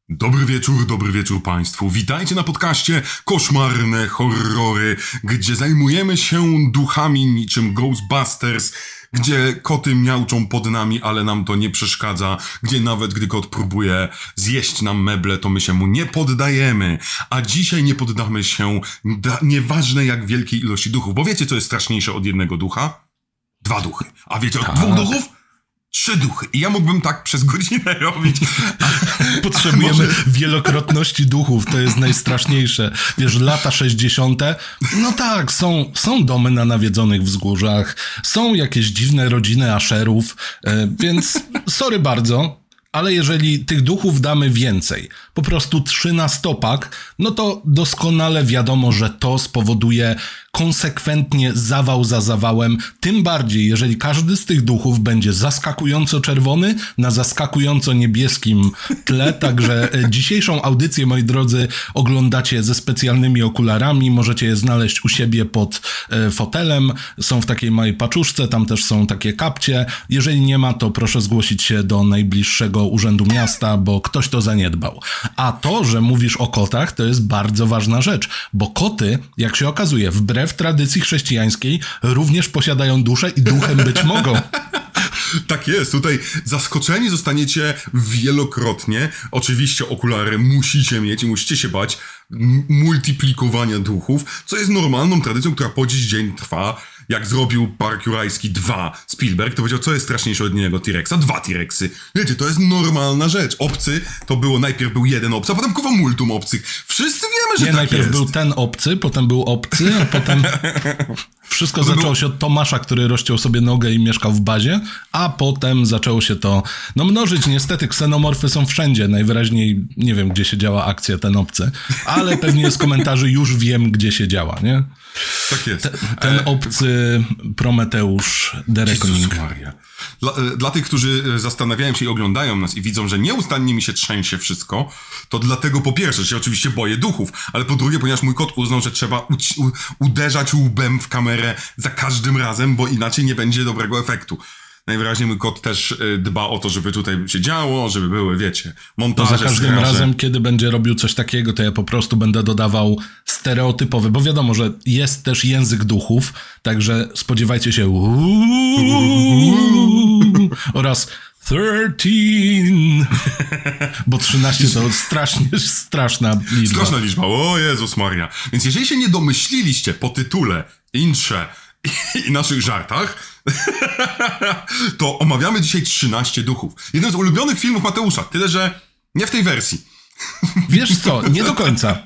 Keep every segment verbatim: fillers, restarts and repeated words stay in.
Dobry wieczór, dobry wieczór Państwu. Witajcie na podcaście Koszmarne Horrory, gdzie zajmujemy się duchami niczym Ghostbusters, gdzie koty miauczą pod nami, ale nam to nie przeszkadza, gdzie nawet gdy kot próbuje zjeść nam meble, to my się mu nie poddajemy. A dzisiaj nie poddamy się da- nieważne jak wielkiej ilości duchów, bo wiecie co jest straszniejsze od jednego ducha? Dwa duchy. A wiecie od tak. dwóch duchów? Trzy duchy. I ja mógłbym tak przez godzinę robić. Potrzebujemy może... wielokrotności duchów, to jest najstraszniejsze. Wiesz, lata sześćdziesiąte. No tak, są, są domy na nawiedzonych wzgórzach, są jakieś dziwne rodziny Asherów, e, więc sorry bardzo, ale jeżeli tych duchów damy więcej, po prostu trzy na stopak, no to doskonale wiadomo, że to spowoduje konsekwentnie zawał za zawałem, tym bardziej jeżeli każdy z tych duchów będzie zaskakująco czerwony na zaskakująco niebieskim tle, także dzisiejszą audycję, moi drodzy, oglądacie ze specjalnymi okularami, możecie je znaleźć u siebie pod e, fotelem, są w takiej małej paczuszce, tam też są takie kapcie, jeżeli nie ma, to proszę zgłosić się do najbliższego urzędu miasta, bo ktoś to zaniedbał. A to, że mówisz o kotach, to jest bardzo ważna rzecz, bo koty, jak się okazuje, wbrew w tradycji chrześcijańskiej również posiadają duszę i duchem być mogą. Tak jest, tutaj zaskoczeni zostaniecie wielokrotnie. Oczywiście okulary musicie mieć i musicie się bać m- multiplikowania duchów, co jest normalną tradycją, która po dziś dzień trwa. Jak zrobił Park Jurajski dwa Spielberg, to powiedział, co jest straszniejsze od innego T-Rexa? Dwa T-Rexy. Wiecie, to jest normalna rzecz. Obcy to było, najpierw był jeden obcy, a potem kuwa multum obcych. Wszyscy wiemy, że Nie, tak najpierw jest. był ten obcy, potem był obcy, a potem wszystko potem zaczęło był... się od Tomasza, który rozciął sobie nogę i mieszkał w bazie, a potem zaczęło się to, no mnożyć. Niestety ksenomorfy są wszędzie. Najwyraźniej nie wiem, gdzie się działa akcja ten obcy, ale pewnie z komentarzy już wiem, gdzie się działa, nie? Tak jest. Te, ten obcy Prometeusz The Reckoning. Dla, dla tych, którzy zastanawiają się i oglądają nas i widzą, że nieustannie mi się trzęsie wszystko, to dlatego po pierwsze, że się oczywiście boję duchów, ale po drugie, ponieważ mój kot uznał, że trzeba u- u- uderzać łbem w kamerę za każdym razem, bo inaczej nie będzie dobrego efektu. Najwyraźniej mój kot też y, dba o to, żeby tutaj się działo, żeby były, wiecie, montaże. To za każdym straże. razem, kiedy będzie robił coś takiego, to ja po prostu będę dodawał stereotypowy, bo wiadomo, że jest też język duchów, także spodziewajcie się uuuu, oraz thirteen, bo trzynaście to strasznie straszna liczba. Straszna liczba, o Jezus Maria. Więc jeżeli się nie domyśliliście po tytule, intrze i naszych żartach, to omawiamy dzisiaj trzynaście duchów. Jeden z ulubionych filmów Mateusza, tyle że nie w tej wersji. Wiesz co, nie do końca,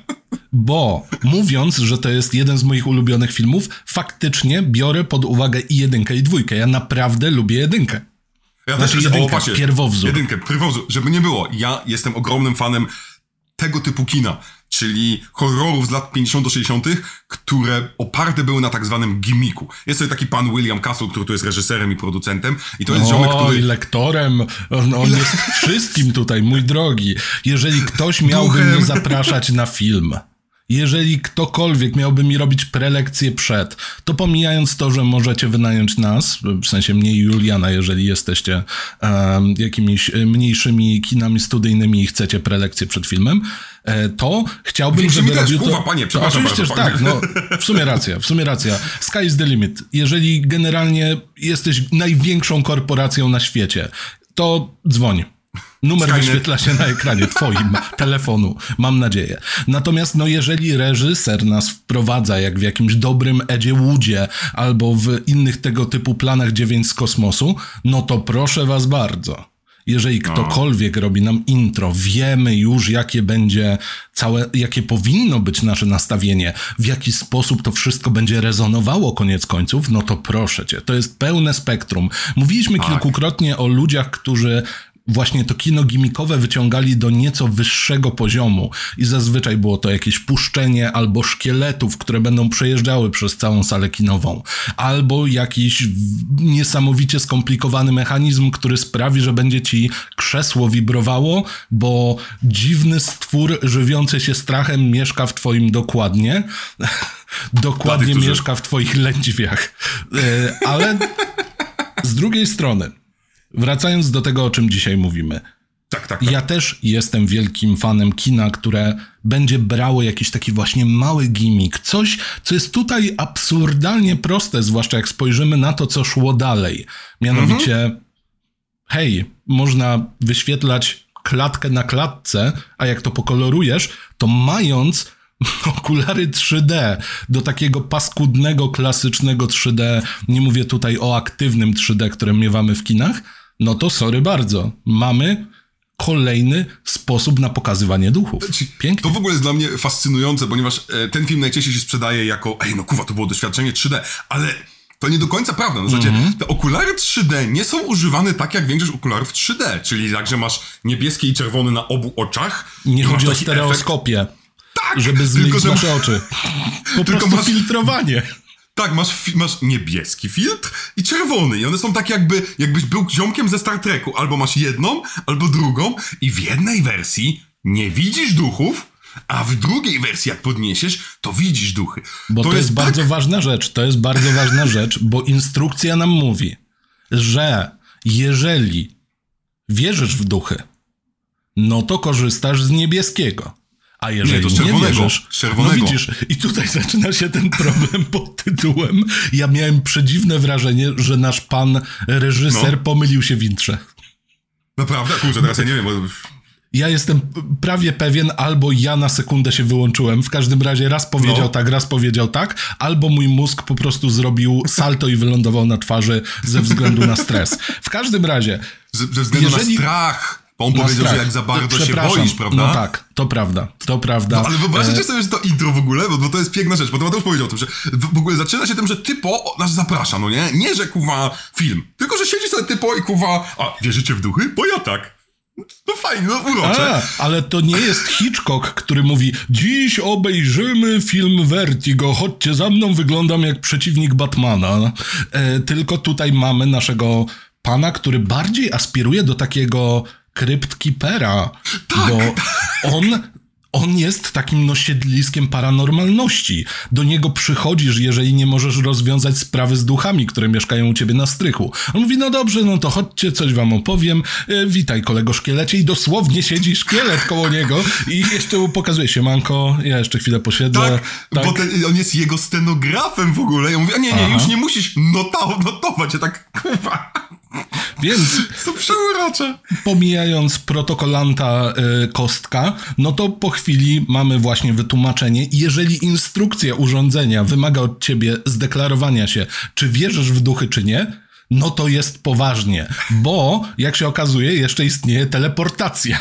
bo mówiąc, że to jest jeden z moich ulubionych filmów, faktycznie biorę pod uwagę i jedynkę, i dwójkę. Ja naprawdę lubię jedynkę. Ja znaczy też, jedynkę, o, patrzcie, pierwowzór. Jedynkę, pierwowzór. Żeby nie było, ja jestem ogromnym fanem tego typu kina, czyli horrorów z lat pięćdziesiątych do sześćdziesiątych, które oparte były na tak zwanym gimmicku. Jest sobie taki pan William Castle, który tu jest reżyserem i producentem i to jest o, ziomek, który... i lektorem. On, on jest wszystkim tutaj, mój drogi. Jeżeli ktoś miałby Duchem. mnie zapraszać na film, jeżeli ktokolwiek miałby mi robić prelekcję przed, to pomijając to, że możecie wynająć nas, w sensie mnie i Juliana, jeżeli jesteście um, jakimiś mniejszymi kinami studyjnymi i chcecie prelekcję przed filmem, to chciałbym, Większymi żeby też, robił to... kurwa, panie, to oczywiście, że tak, no, w sumie racja, w sumie racja. Sky is the limit. Jeżeli generalnie jesteś największą korporacją na świecie, to dzwoń. Numer Skynet wyświetla się na ekranie twoim telefonu, mam nadzieję. Natomiast no jeżeli reżyser nas wprowadza jak w jakimś dobrym Edzie Woodzie albo w innych tego typu planach dziewięć z kosmosu, no to proszę was bardzo. Jeżeli ktokolwiek robi nam intro, wiemy już jakie będzie całe, jakie powinno być nasze nastawienie, w jaki sposób to wszystko będzie rezonowało koniec końców, no to proszę cię, to jest pełne spektrum. Mówiliśmy tak. kilkukrotnie o ludziach, którzy właśnie to kino gimmickowe wyciągali do nieco wyższego poziomu i zazwyczaj było to jakieś puszczenie albo szkieletów, które będą przejeżdżały przez całą salę kinową, albo jakiś niesamowicie skomplikowany mechanizm, który sprawi, że będzie ci krzesło wibrowało, bo dziwny stwór żywiący się strachem mieszka w twoim dokładnie, dokładnie tych, którzy... mieszka w twoich lędźwiach. Ale z drugiej strony, wracając do tego, o czym dzisiaj mówimy. Tak, tak, tak. Ja też jestem wielkim fanem kina, które będzie brało jakiś taki właśnie mały gimmick. Coś, co jest tutaj absurdalnie proste, zwłaszcza jak spojrzymy na to, co szło dalej. Mianowicie, mhm. hej, można wyświetlać klatkę na klatce, a jak to pokolorujesz, to mając okulary trzy D do takiego paskudnego, klasycznego trzy D, nie mówię tutaj o aktywnym trzy D, które miewamy w kinach, no to sorry bardzo. Mamy kolejny sposób na pokazywanie duchów. Pięknie. To w ogóle jest dla mnie fascynujące, ponieważ e, ten film najczęściej się sprzedaje jako ej, no kurwa, to było doświadczenie trzy D, ale to nie do końca prawda. Na zasadzie mm-hmm. te okulary trzy D nie są używane tak, jak większość okularów trzy D, czyli tak, że masz niebieskie i czerwony na obu oczach. Nie chodzi o stereoskopię. Efekt. Tak! Żeby zmyć tylko, że... nasze oczy. Po tylko prostu masz... filtrowanie. Tak, masz, fi- masz niebieski filtr i czerwony. I one są tak jakby, jakbyś był ziomkiem ze Star Treku. Albo masz jedną, albo drugą. I w jednej wersji nie widzisz duchów, a w drugiej wersji, jak podniesiesz, to widzisz duchy. Bo to, to jest, jest bardzo tak... ważna rzecz. To jest bardzo ważna rzecz, bo instrukcja nam mówi, że jeżeli wierzysz w duchy, no to korzystasz z niebieskiego. A jeżeli nie, to nie wierzysz, czerwonego. No widzisz, i tutaj zaczyna się ten problem pod tytułem. Ja miałem przedziwne wrażenie, że nasz pan reżyser no. pomylił się w intrze. Naprawdę? Kurczę, teraz ja nie wiem, bo... Ja jestem prawie pewien, albo ja na sekundę się wyłączyłem. W każdym razie raz powiedział no. tak, raz powiedział tak, albo mój mózg po prostu zrobił salto i wylądował na twarzy ze względu na stres. W każdym razie... Ze, ze względu jeżeli... na strach. Bo on powiedział, że jak za bardzo się boisz, prawda? No tak, to prawda, to prawda. No, ale wyobraźcie e... sobie, że to intro w ogóle, bo, bo to jest piękna rzecz, bo to Mateusz powiedział o tym, że w ogóle zaczyna się tym, że typo nas zaprasza, no nie? Nie, że kuwa film, tylko że siedzi sobie typo i kuwa, a wierzycie w duchy? Bo ja tak. No fajnie, no urocze. A, ale to nie jest Hitchcock, który mówi, dziś obejrzymy film Vertigo, chodźcie za mną, wyglądam jak przeciwnik Batmana. E, tylko tutaj mamy naszego pana, który bardziej aspiruje do takiego Crypt-Keepera, tak. bo on, on jest takim no siedliskiem paranormalności. Do niego przychodzisz, jeżeli nie możesz rozwiązać sprawy z duchami, które mieszkają u ciebie na strychu. On mówi, no dobrze, no to chodźcie, coś wam opowiem. E, witaj, kolego szkielecie. I dosłownie siedzi szkielet koło niego i jeszcze mu pokazuje, siemanko, ja jeszcze chwilę posiedzę. Tak, tak. Bo ten, on jest jego scenografem w ogóle. Ja mówię, a nie, nie, Aha. już nie musisz nota- notować. Ja tak, kurwa... Więc są przeurocze. Pomijając protokolanta y, Kostka, no to po chwili mamy właśnie wytłumaczenie. Jeżeli instrukcja urządzenia wymaga od ciebie zdeklarowania się, czy wierzysz w duchy, czy nie, no to jest poważnie, bo jak się okazuje, jeszcze istnieje teleportacja.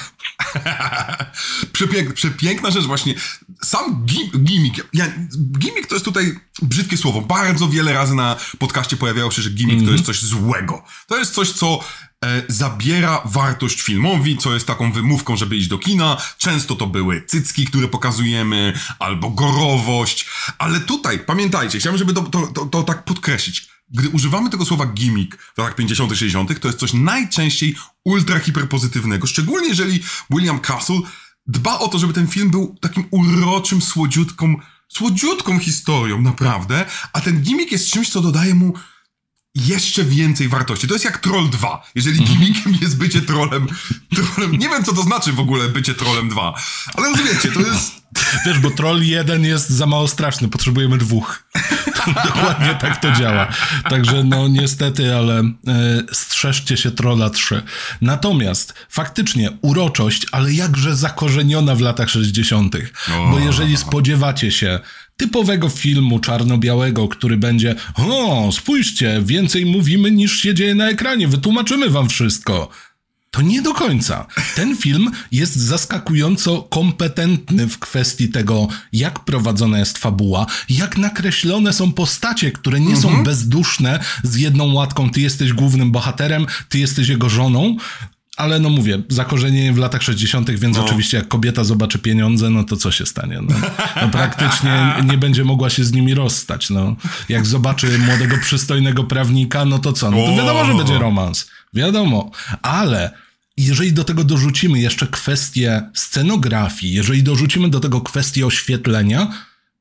Przepięk, przepiękna rzecz właśnie. Sam gim, gimmick. Ja, gimmick to jest tutaj brzydkie słowo. Bardzo wiele razy na podcaście pojawiało się, że gimmick mm-hmm. to jest coś złego. To jest coś, co e, zabiera wartość filmowi, co jest taką wymówką, żeby iść do kina. Często to były cycki, które pokazujemy, albo gorowość. Ale tutaj, pamiętajcie, chciałem, żeby to, to, to, to tak podkreślić. Gdy używamy tego słowa gimmick w latach pięćdziesiątych, sześćdziesiątych, to jest coś najczęściej ultra hiperpozytywnego. Szczególnie jeżeli William Castle dba o to, żeby ten film był takim uroczym, słodziutką, słodziutką historią, naprawdę. A ten gimmick jest czymś, co dodaje mu jeszcze więcej wartości. To jest jak Troll dwa. Jeżeli gimmickiem jest bycie trollem, trollem... Nie wiem, co to znaczy w ogóle bycie trollem dwa. Ale rozumiecie, to jest... Wiesz, bo troll jeden jest za mało straszny, potrzebujemy dwóch. Dokładnie tak to działa. Także no niestety, ale e, strzeżcie się trolla trzy. Natomiast faktycznie uroczość, ale jakże zakorzeniona w latach sześćdziesiątych. Bo jeżeli spodziewacie się typowego filmu czarno-białego, który będzie o, spójrzcie, więcej mówimy niż się dzieje na ekranie, wytłumaczymy wam wszystko. To nie do końca. Ten film jest zaskakująco kompetentny w kwestii tego, jak prowadzona jest fabuła, jak nakreślone są postacie, które nie mhm. są bezduszne z jedną łatką. Ty jesteś głównym bohaterem, ty jesteś jego żoną, ale no mówię, zakorzenienie w latach sześćdziesiątych, więc no. oczywiście jak kobieta zobaczy pieniądze, no to co się stanie? No, no praktycznie nie będzie mogła się z nimi rozstać. No. Jak zobaczy młodego, przystojnego prawnika, no to co? No to wiadomo, że będzie romans. Wiadomo. Ale jeżeli do tego dorzucimy jeszcze kwestię scenografii, jeżeli dorzucimy do tego kwestię oświetlenia,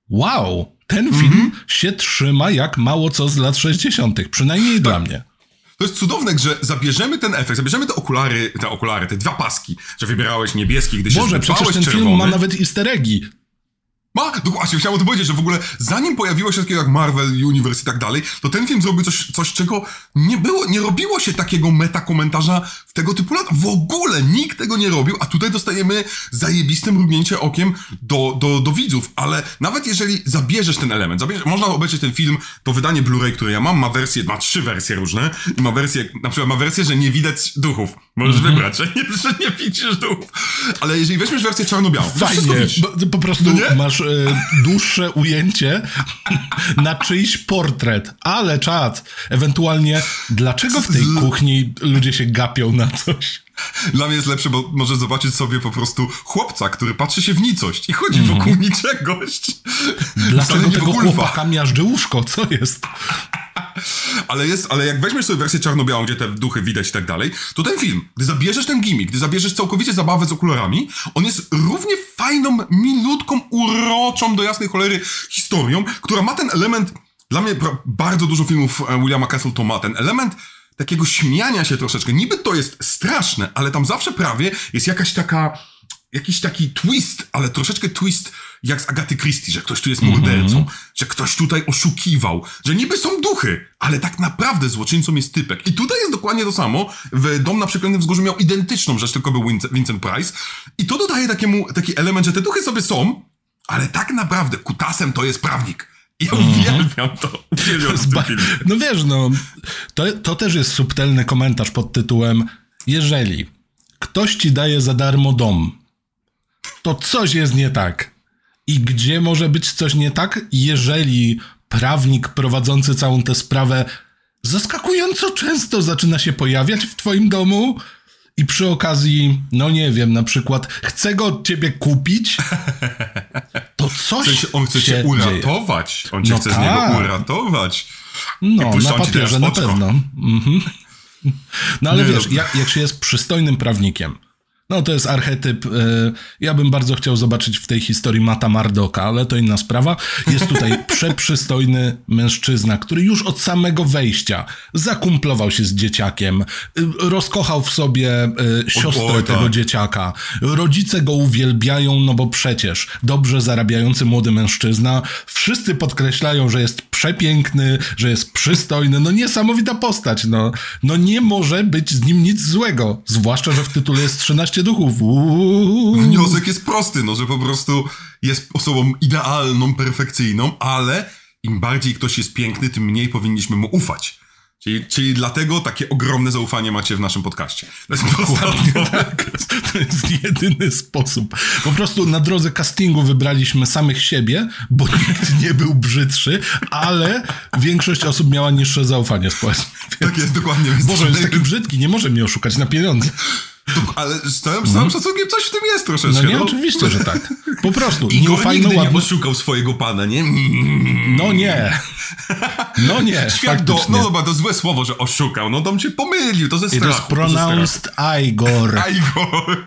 wow, ten film mm-hmm. się trzyma jak mało co z lat sześćdziesiątych. Przynajmniej tak. dla mnie. To jest cudowne, że zabierzemy ten efekt, zabierzemy te okulary, te okulary, te dwa paski, że wybierałeś niebieski, gdy się Boże, przecież ten czerwony. film ma nawet easter eggi. Ma, dokładnie, chciałem o tym powiedzieć, że w ogóle zanim pojawiło się takiego jak Marvel Universe i tak dalej, to ten film zrobił coś, coś czego nie było, nie robiło się takiego metakomentarza w tego typu lat. W ogóle nikt tego nie robił, a tutaj dostajemy zajebiste mrugnięcie okiem do, do, do widzów, ale nawet jeżeli zabierzesz ten element, zabierzesz, można obejrzeć ten film, to wydanie Blu-ray, które ja mam, ma wersję, ma trzy wersje różne i ma wersję, na przykład ma wersję, że nie widać duchów. Możesz mm-hmm. wybrać, że nie, że nie widzisz duchów. Ale jeżeli weźmiesz wersję czarno-białą, to fajnie, bo, po prostu no masz e, dłuższe ujęcie na czyjś portret, ale czad, ewentualnie dlaczego w tej kuchni ludzie się gapią na coś? Dla mnie jest lepsze, bo możesz zobaczyć sobie po prostu chłopca, który patrzy się w nicość i chodzi mm. wokół niczegoś. Dlaczego tego chłopaka miażdży łóżko? Co jest? Ale jest, ale jak weźmiesz sobie wersję czarno-białą, gdzie te duchy widać i tak dalej, to ten film, gdy zabierzesz ten gimmick, gdy zabierzesz całkowicie zabawę z okularami, on jest równie fajną, milutką, uroczą do jasnej cholery historią, która ma ten element, dla mnie bardzo dużo filmów Williama Castle to ma ten element takiego śmiania się troszeczkę. Niby to jest straszne, ale tam zawsze prawie jest jakaś taka, jakiś taki twist, ale troszeczkę twist jak z Agaty Christie, że ktoś tu jest mordercą, mm-hmm. że ktoś tutaj oszukiwał, że niby są duchy, ale tak naprawdę złoczyńcą jest typek. I tutaj jest dokładnie to samo. W Dom na Przeklętym Wzgórzu miał identyczną rzecz, tylko był Vincent Price. I to dodaje takiemu, taki element, że te duchy sobie są, ale tak naprawdę kutasem to jest prawnik. I ja uwielbiam to. Uwielbiam to ba- no wiesz, no, to, to też jest subtelny komentarz pod tytułem: jeżeli ktoś ci daje za darmo dom, to coś jest nie tak. I gdzie może być coś nie tak, jeżeli prawnik prowadzący całą tę sprawę zaskakująco często zaczyna się pojawiać w twoim domu i przy okazji, no nie wiem, na przykład chce go od ciebie kupić, to coś w sensie on chce cię uratować. Dzieje. On cię no chce tak. z niego uratować. No, na papierze na pewno. Mhm. No ale nie wiesz, jak, jak się jest przystojnym prawnikiem, no to jest archetyp, y, ja bym bardzo chciał zobaczyć w tej historii Matta Murdocka, ale to inna sprawa. Jest tutaj przeprzystojny mężczyzna, który już od samego wejścia zakumplował się z dzieciakiem, y, rozkochał w sobie y, siostrę o, o, tego tak. dzieciaka. Rodzice go uwielbiają, no bo przecież dobrze zarabiający młody mężczyzna. Wszyscy podkreślają, że jest przepiękny, że jest przystojny. No niesamowita postać. No, no nie może być z nim nic złego. Zwłaszcza, że w tytule jest trzynaście duchów. Uuu. Wniosek jest prosty, no, że po prostu jest osobą idealną, perfekcyjną, ale im bardziej ktoś jest piękny, tym mniej powinniśmy mu ufać. Czyli, czyli dlatego takie ogromne zaufanie macie w naszym podcaście. To jest Dokładnie tak. To jest jedyny sposób. Po prostu na drodze castingu wybraliśmy samych siebie, bo nikt nie był brzydszy, ale większość osób miała niższe zaufanie społeczne. Więc... Tak jest, dokładnie. Boże, jest taki brzydki, nie może mnie oszukać na pieniądze. To, ale z całym, z całym szacunkiem coś w tym jest troszeczkę. No nie, no. Oczywiście, że tak. Po prostu. I Igor nigdy ładny... nie oszukał swojego pana, nie? No nie. No nie, Świat do, no dobra, to złe słowo, że oszukał. No dom cię pomylił, to ze strachu. It is pronounced Igor. Igor.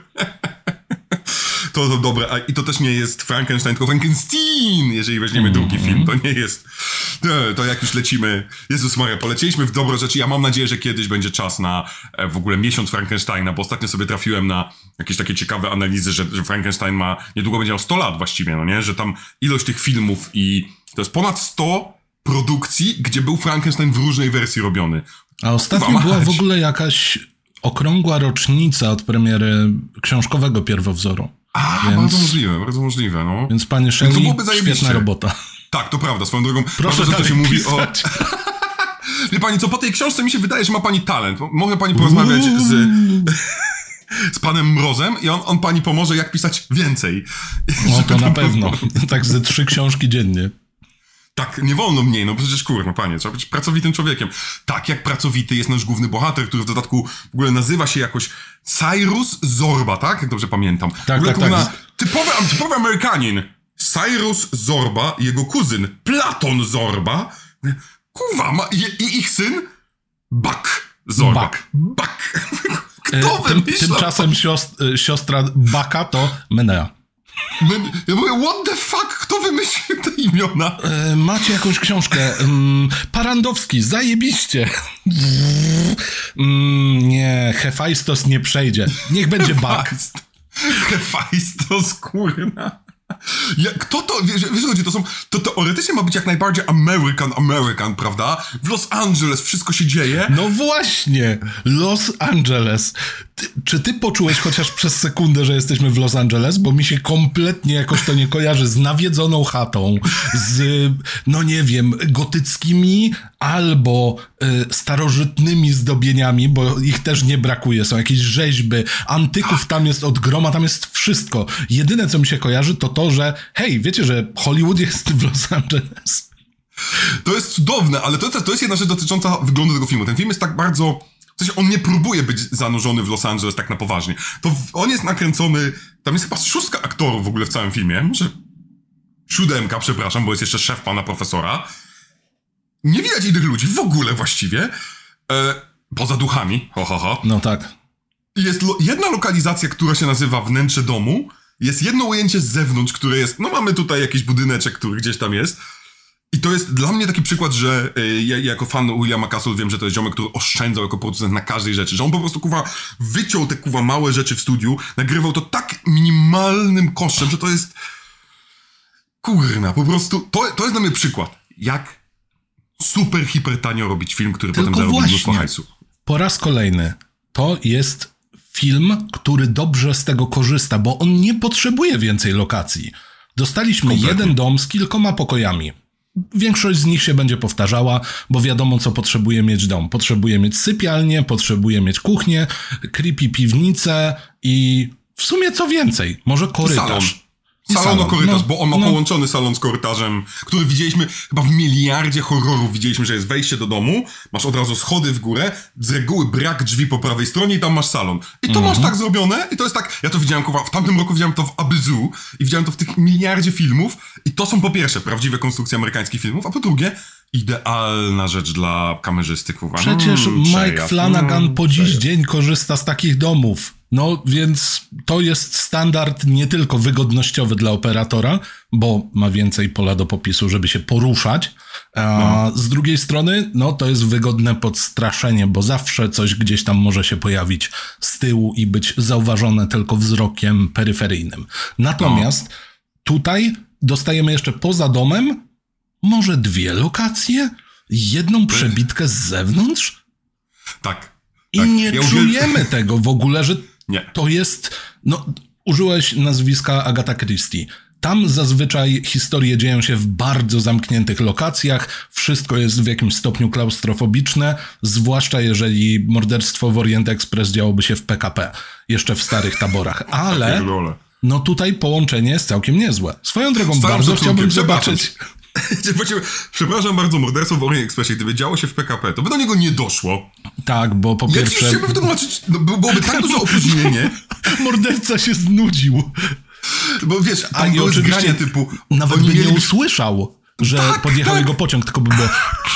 To, to dobre. A, i to też nie jest Frankenstein, tylko Frankenstein, jeżeli weźmiemy mm. drugi film. To nie jest... To, to jak już lecimy... Jezus Maria, polecieliśmy w dobre rzeczy. Ja mam nadzieję, że kiedyś będzie czas na e, w ogóle miesiąc Frankensteina, bo ostatnio sobie trafiłem na jakieś takie ciekawe analizy, że, że Frankenstein ma... Niedługo będzie miał sto lat właściwie, no nie? Że tam ilość tych filmów i... To jest ponad sto produkcji, gdzie był Frankenstein w różnej wersji robiony. A ostatnio była w ogóle jakaś okrągła rocznica od premiery książkowego pierwowzoru. A, więc, bardzo możliwe, bardzo możliwe, no. Więc panie Shelley, świetna robota. Tak, to prawda, swoją drogą. Proszę, że to się mówi o... Wie pani co, po tej książce mi się wydaje, że ma pani talent. Może pani porozmawiać z... z panem Mrozem i on, on pani pomoże, jak pisać więcej. No to na pewno. Tak ze trzy książki dziennie. Tak, nie wolno mniej, no przecież kurwa, panie, trzeba być pracowitym człowiekiem. Tak jak pracowity jest nasz główny bohater, który w dodatku w ogóle nazywa się jakoś Cyrus Zorba, tak? Jak dobrze pamiętam. Tak, w ogóle, tak, tak. Typowy, typowy Amerykanin. Cyrus Zorba, jego kuzyn Platon Zorba, kurwa, ma, i, i ich syn Buck Zorba. Buck. Buck. Kto Tym, Tymczasem siostra, siostra Bucka to Menea. Ja mówię, what the fuck? Kto wymyślił te imiona? E, macie jakąś książkę? Mm, Parandowski, zajebiście. Mm, nie, Hefajstos nie przejdzie. Niech będzie Bak. Hefajstos, kurna. Ja, kto to, wiesz, wiesz chodzi, to są, to teoretycznie ma być jak najbardziej American, American, prawda? W Los Angeles wszystko się dzieje. No właśnie, Los Angeles. Ty, czy ty poczułeś chociaż przez sekundę, że jesteśmy w Los Angeles? Bo mi się kompletnie jakoś to nie kojarzy z nawiedzoną chatą, z, no nie wiem, gotyckimi albo y, starożytnymi zdobieniami, bo ich też nie brakuje. Są jakieś rzeźby, antyków tam jest od groma, tam jest wszystko. Jedyne, co mi się kojarzy, to to, że hej, wiecie, że Hollywood jest w Los Angeles? To jest cudowne, ale to jest, to jest jedna rzecz dotycząca wyglądu tego filmu. Ten film jest tak bardzo... W sensie on nie próbuje być zanurzony w Los Angeles tak na poważnie. To w, on jest nakręcony... Tam jest chyba szóstka aktorów w ogóle w całym filmie. Może siódemka, przepraszam, bo jest jeszcze szef pana profesora. Nie widać innych ludzi w ogóle właściwie. E, poza duchami. Ho, ho, ho. No tak. Jest lo- jedna lokalizacja, która się nazywa Wnętrze domu. Jest jedno ujęcie z zewnątrz, które jest... No mamy tutaj jakiś budyneczek, który gdzieś tam jest. I to jest dla mnie taki przykład, że y, ja jako fan Williama Castle wiem, że to jest ziomek, który oszczędzał jako producent na każdej rzeczy. Że on po prostu, kuwa, wyciął te, kuwa, małe rzeczy w studiu, nagrywał to tak minimalnym kosztem, że to jest... Kurna, po prostu... To, to jest dla mnie przykład, jak super, hiper tanio robić film, który Tylko potem zarobi właśnie, mnóstwo hajsu. Po raz kolejny, to jest film, który dobrze z tego korzysta, bo on nie potrzebuje więcej lokacji. Dostaliśmy Kompletnie. jeden dom z kilkoma pokojami. Większość z nich się będzie powtarzała, bo wiadomo, co potrzebuje mieć dom. Potrzebuje mieć sypialnię, potrzebuje mieć kuchnię, creepy piwnicę i w sumie co więcej, może korytarz. I Salon o korytarz, no, bo on ma no. połączony salon z korytarzem, który widzieliśmy chyba w miliardzie horrorów. Widzieliśmy, że jest wejście do domu, masz od razu schody w górę, z reguły brak drzwi po prawej stronie i tam masz salon. I to mm-hmm. masz tak zrobione i to jest tak, ja to widziałem, kurwa, w tamtym roku widziałem to w Abyzu i widziałem to w tych miliardzie filmów i to są po pierwsze prawdziwe konstrukcje amerykańskich filmów, a po drugie idealna rzecz dla kamerzysty, kurwa. Przecież mm, Mike przejazd, Flanagan mm, po dziś przejazd. dzień korzysta z takich domów. No więc to jest standard nie tylko wygodnościowy dla operatora, bo ma więcej pola do popisu, żeby się poruszać, a no. z drugiej strony no to jest wygodne podstraszenie, bo zawsze coś gdzieś tam może się pojawić z tyłu i być zauważone tylko wzrokiem peryferyjnym. Natomiast no. tutaj dostajemy jeszcze poza domem może dwie lokacje, jedną przebitkę z zewnątrz Tak. i tak. nie ja czujemy uwiel... tego w ogóle, że Nie. to jest... No, użyłeś nazwiska Agatha Christie. Tam zazwyczaj historie dzieją się w bardzo zamkniętych lokacjach, wszystko jest w jakimś stopniu klaustrofobiczne, zwłaszcza jeżeli morderstwo w Orient Express działoby się w P K P, jeszcze w starych taborach. Ale no tutaj połączenie jest całkiem niezłe. Swoją drogą Stałem bardzo chciałbym zobaczyć... Przepraszam bardzo, morderstwo w Orient Expressie, gdyby działo się w P K P, to by do niego nie doszło. Tak, bo po Jak pierwsze... Jak chciałbym wytłumaczyć, no, byłoby tak duże opóźnienie. Morderca się znudził. Bo wiesz, tam A i były oczywiście zgrania typu... Nawet by mieli... nie usłyszał, że tak, podjechał tak. jego pociąg, tylko by było...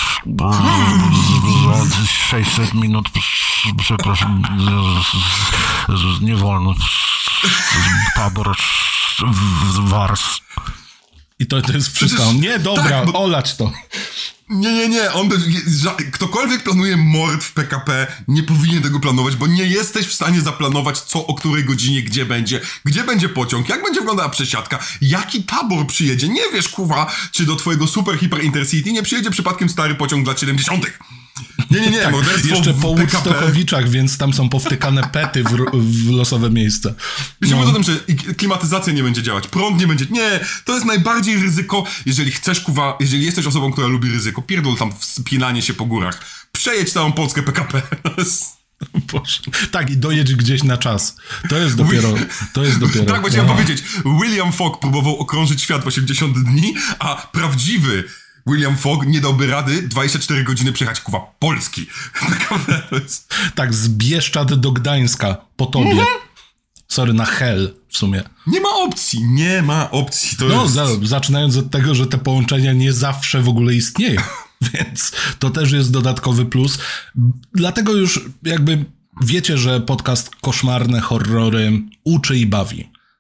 sześćset minut, przepraszam, nie wolno. Tabor Wars. I to, to jest wszystko. Przecież, Nie, dobra, tak, bo... olać to. Nie, nie, nie, on by, ktokolwiek planuje mord w P K P, nie powinien tego planować, bo nie jesteś w stanie zaplanować, co o której godzinie, gdzie będzie, gdzie będzie pociąg, jak będzie wyglądała przesiadka, jaki tabor przyjedzie. Nie wiesz, kuwa, czy do twojego super, hiper intercity nie przyjedzie przypadkiem stary pociąg dla lat siedemdziesiątych. Nie, nie, nie, tak, morderstwo jeszcze w po P K P. Woodstockowiczach, więc tam są powtykane pety w, w losowe miejsca. Myślę No. o tym, że klimatyzacja nie będzie działać, prąd nie będzie... Nie, to jest najbardziej ryzyko, jeżeli chcesz, kuwa, jeżeli jesteś osobą, która lubi ryzyko, pierdol tam wspinanie się po górach. Przejedź całą Polskę P K P. Boże. Tak, i dojedź gdzieś na czas. To jest dopiero... To jest dopiero... Tak, bo chciałem no. powiedzieć. William Fogg próbował okrążyć świat w osiemdziesiąt dni, a prawdziwy William Fogg nie dałby rady dwadzieścia cztery godziny przejechać, kuwa, Polski. Tak, z Bieszczad do Gdańska po tobie. Mm-hmm. Sorry, na hell w sumie. Nie ma opcji, nie ma opcji. To no, jest... za, zaczynając od tego, że te połączenia nie zawsze w ogóle istnieją. Więc to też jest dodatkowy plus. Dlatego już jakby wiecie, że podcast Koszmarne Horrory uczy i bawi.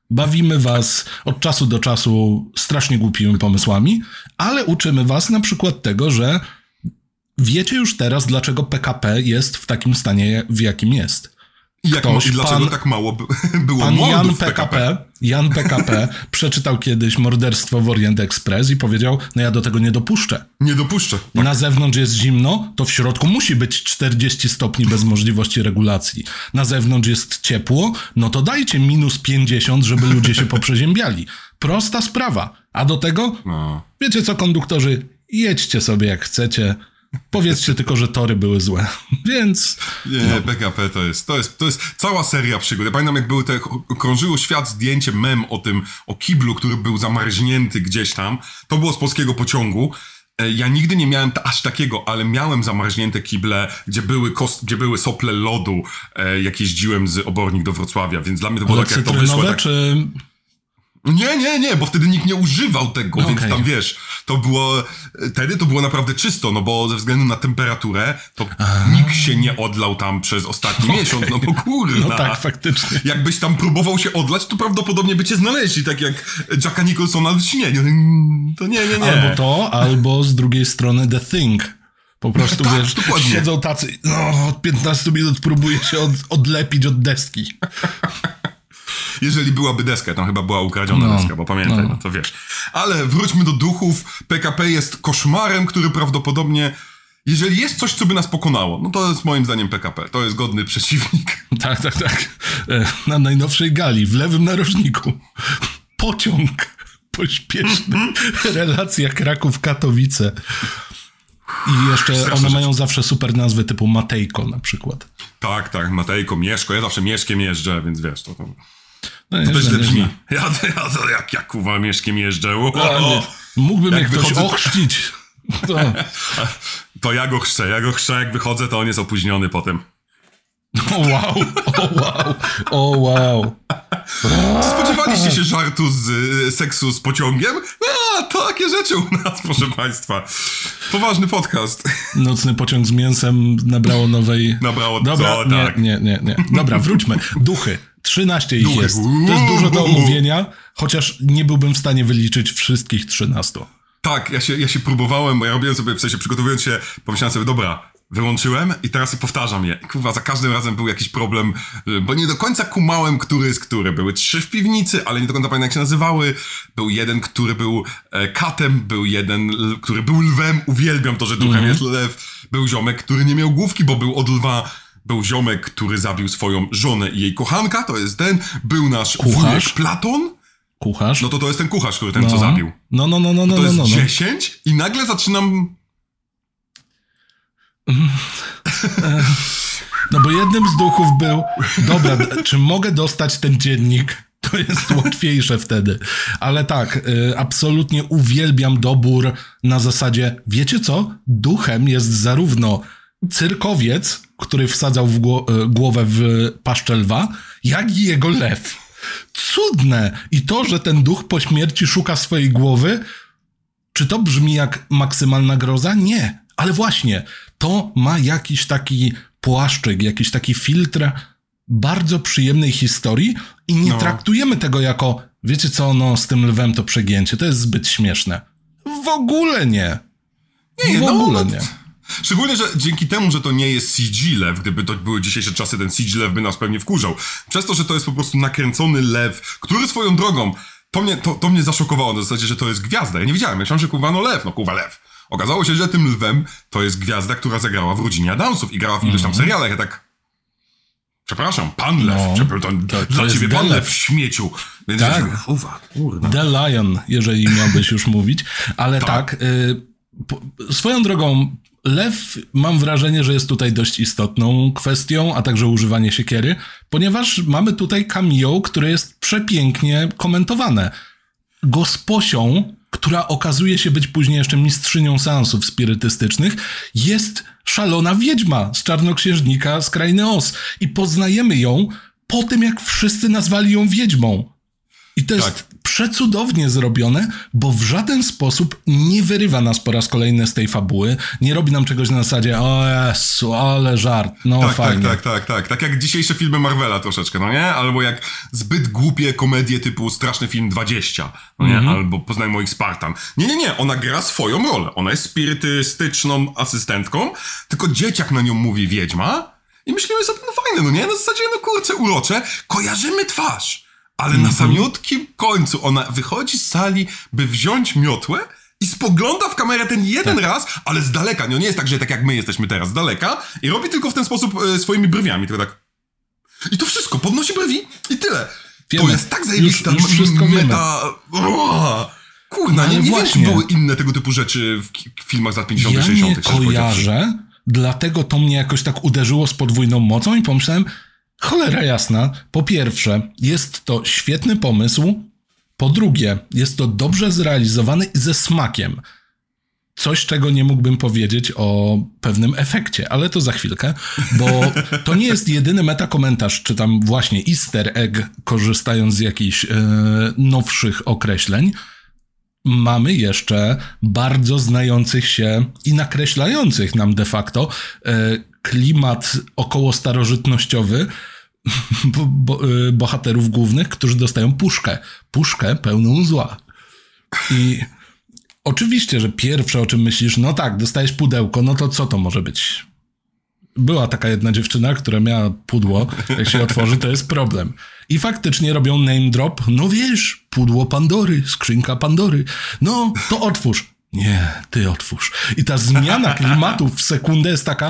Bawimy was od czasu do czasu strasznie głupimi pomysłami, ale uczymy was na przykład tego, że wiecie już teraz, dlaczego P K P jest w takim stanie, w jakim jest. I, jak, Ktoś, I dlaczego pan, tak mało by, było pan mordów Jan w P K P? P K P, Jan P K P przeczytał kiedyś Morderstwo w Orient Express i powiedział, no ja do tego nie dopuszczę. Nie dopuszczę. Tak. Na zewnątrz jest zimno, to w środku musi być czterdzieści stopni bez możliwości regulacji. Na zewnątrz jest ciepło, no to dajcie minus pięćdziesiąt, żeby ludzie się poprzeziębiali. Prosta sprawa. A do tego, No. wiecie co, konduktorzy, jedźcie sobie jak chcecie. Powiedzcie tylko, że tory były złe. Więc... Nie, no. P K P to jest, to jest, to jest cała seria przygód. Ja pamiętam, jak były te, krążyło świat zdjęcie, mem o tym, o kiblu, który był zamarznięty gdzieś tam. To było z polskiego pociągu. Ja nigdy nie miałem ta, aż takiego, ale miałem zamarznięte kible, gdzie były, kost, gdzie były sople lodu, e, jak jeździłem z Obornik do Wrocławia, więc dla mnie to było Ale tak, jak to wyszło. Tak... czy... Nie, nie, nie, bo wtedy nikt nie używał tego, Okay. więc tam wiesz, to było, wtedy to było naprawdę czysto, no bo ze względu na temperaturę, to A. nikt się nie odlał tam przez ostatni okay. miesiąc, no bo kurna. No tak, faktycznie. Jakbyś tam próbował się odlać, to prawdopodobnie by cię znaleźli, tak jak Jacka Nicholsona w śnieniu. To nie, nie, nie. Albo to, albo z drugiej strony The Thing. Po prostu, tak, wiesz, dokładnie. siedzą tacy, no od piętnastu minut próbuje się od, odlepić od deski. Jeżeli byłaby deska, tam chyba była ukradziona no, deska, bo pamiętaj, no. no to wiesz. Ale wróćmy do duchów. P K P jest koszmarem, który prawdopodobnie, jeżeli jest coś, co by nas pokonało, no to jest moim zdaniem P K P. To jest godny przeciwnik. Tak, tak, tak. Na najnowszej gali, w lewym narożniku. Pociąg pośpieszny. Relacja Kraków-Katowice. I jeszcze Straszne one rzeczy. Mają zawsze super nazwy typu Matejko na przykład. Tak, tak, Matejko, Mieszko. Ja zawsze Mieszkiem jeżdżę, więc wiesz, to to... No to źle brzmi. Ja, ja to jak, jak kuwa Mieszkiem jeżdżę. O, o, o. Mógłby mnie ktoś wychodzę... ochrzcić. To... to ja go chrzczę. Ja go chrzczę, jak wychodzę, to on jest opóźniony potem. O wow, o wow, o wow. Spodziewaliście się żartu z y, seksu z pociągiem? A, takie rzeczy u nas, proszę państwa. Poważny podcast. Nocny pociąg z mięsem nabrało nowej... Nabrało, Dobra, to, nie, tak. nie, nie, nie. Dobra, wróćmy. Duchy. trzynaście ich Duchy. Jest. To jest dużo do omówienia, chociaż nie byłbym w stanie wyliczyć wszystkich trzynastu. Tak, ja się, ja się próbowałem, bo ja robiłem sobie, w sensie przygotowując się, pomyślałem sobie, dobra, wyłączyłem i teraz powtarzam je. Kurwa, za każdym razem był jakiś problem, bo nie do końca kumałem, który jest który. Były trzy w piwnicy, ale nie do końca pamiętam, jak się nazywały. Był jeden, który był e, katem, był jeden, l, który był lwem. Uwielbiam to, że duchem mm-hmm. jest lew. Był ziomek, który nie miał główki, bo był od lwa. Był ziomek, który zabił swoją żonę i jej kochanka, to jest ten. Był nasz wujek Platon. Kucharz? No to to jest ten kucharz, który ten, no. co zabił. No, no, no, no, no. To jest no, no. dziesięć i nagle zaczynam... No bo jednym z duchów był, dobra, czy mogę dostać ten dziennik? To jest łatwiejsze wtedy. Ale tak, y, absolutnie uwielbiam dobór na zasadzie, wiecie co? Duchem jest zarówno cyrkowiec, który wsadzał w gło- y, głowę w paszczę lwa, jak i jego lew. Cudne! I to, że ten duch po śmierci szuka swojej głowy, czy to brzmi jak maksymalna groza? Nie. Ale właśnie, to ma jakiś taki płaszczyk, jakiś taki filtr bardzo przyjemnej historii i nie no. traktujemy tego jako, wiecie co, no z tym lwem to przegięcie, to jest zbyt śmieszne. W ogóle nie. nie w no, ogóle no, nie. Szczególnie, że dzięki temu, że to nie jest C G lew, gdyby to były dzisiejsze czasy, ten C G lew by nas pewnie wkurzał. Przez to, że to jest po prostu nakręcony lew, który swoją drogą, to mnie, to, to mnie zaszokowało na zasadzie, że to jest gwiazda. Ja nie wiedziałem, myślałem, że kurwa no lew, no kurwa lew. Okazało się, że tym lwem to jest gwiazda, która zagrała w Rodzinie Adamsów i grała w iluś tam serialach. Ja tak... Przepraszam, pan lew. No, to, to, to dla ciebie pan lew w śmieciu. Więc tak. Ja, uwa, kurwa. The Lion, jeżeli miałbyś już mówić. Ale tak, tak y, po, swoją drogą, lew mam wrażenie, że jest tutaj dość istotną kwestią, a także używanie siekiery, ponieważ mamy tutaj cameo, które jest przepięknie komentowane. Gosposią, która okazuje się być później jeszcze mistrzynią seansów spirytystycznych, jest szalona wiedźma z Czarnoksiężnika z Krainy Oz. I poznajemy ją po tym, jak wszyscy nazwali ją wiedźmą. I to jest tak. przecudownie zrobione, bo w żaden sposób nie wyrywa nas po raz kolejny z tej fabuły, nie robi nam czegoś na zasadzie, o Jezu, ale żart, no tak, fajnie. Tak, tak, tak, tak. Tak jak dzisiejsze filmy Marvela troszeczkę, no nie? Albo jak zbyt głupie komedie typu Straszny Film dwadzieścia, no nie? Mm-hmm. Albo Poznaj moich Spartan. Nie, nie, nie, ona gra swoją rolę. Ona jest spirytystyczną asystentką, tylko dzieciak na nią mówi wiedźma i myślimy sobie, no fajne, no nie? Na zasadzie, no kurczę, urocze, kojarzymy twarz. Ale mm-hmm. na samiutkim końcu ona wychodzi z sali, by wziąć miotłę i spogląda w kamerę ten jeden tak. raz, ale z daleka. No nie jest tak, że tak jak my jesteśmy teraz, z daleka i robi tylko w ten sposób e, swoimi brwiami, tylko tak. I to wszystko, podnosi brwi i tyle. Wiemy. To jest tak zajebista już, już wszystko meta... Kurna, nie, nie wiem, czy były inne tego typu rzeczy w k- filmach z lat pięćdziesiątych, ja sześćdziesiątych. Ja nie kojarzę, dlatego to mnie jakoś tak uderzyło z podwójną mocą i pomyślałem, cholera jasna, po pierwsze, jest to świetny pomysł, po drugie, jest to dobrze zrealizowany i ze smakiem. Coś, czego nie mógłbym powiedzieć o pewnym efekcie, ale to za chwilkę, bo to nie jest jedyny metakomentarz, czy tam właśnie easter egg, korzystając z jakichś e, nowszych określeń. Mamy jeszcze bardzo znających się i nakreślających nam de facto e, klimat około starożytnościowy bo, bo, e, bohaterów głównych, którzy dostają puszkę. Puszkę pełną zła. I oczywiście, że pierwsze, o czym myślisz, no tak, dostajesz pudełko, no to co to może być? Była taka jedna dziewczyna, która miała pudło, jak się otworzy, to jest problem. I faktycznie robią name drop, no wiesz, pudło Pandory, skrzynka Pandory, no to otwórz. Nie, ty otwórz. I ta zmiana klimatu w sekundę jest taka,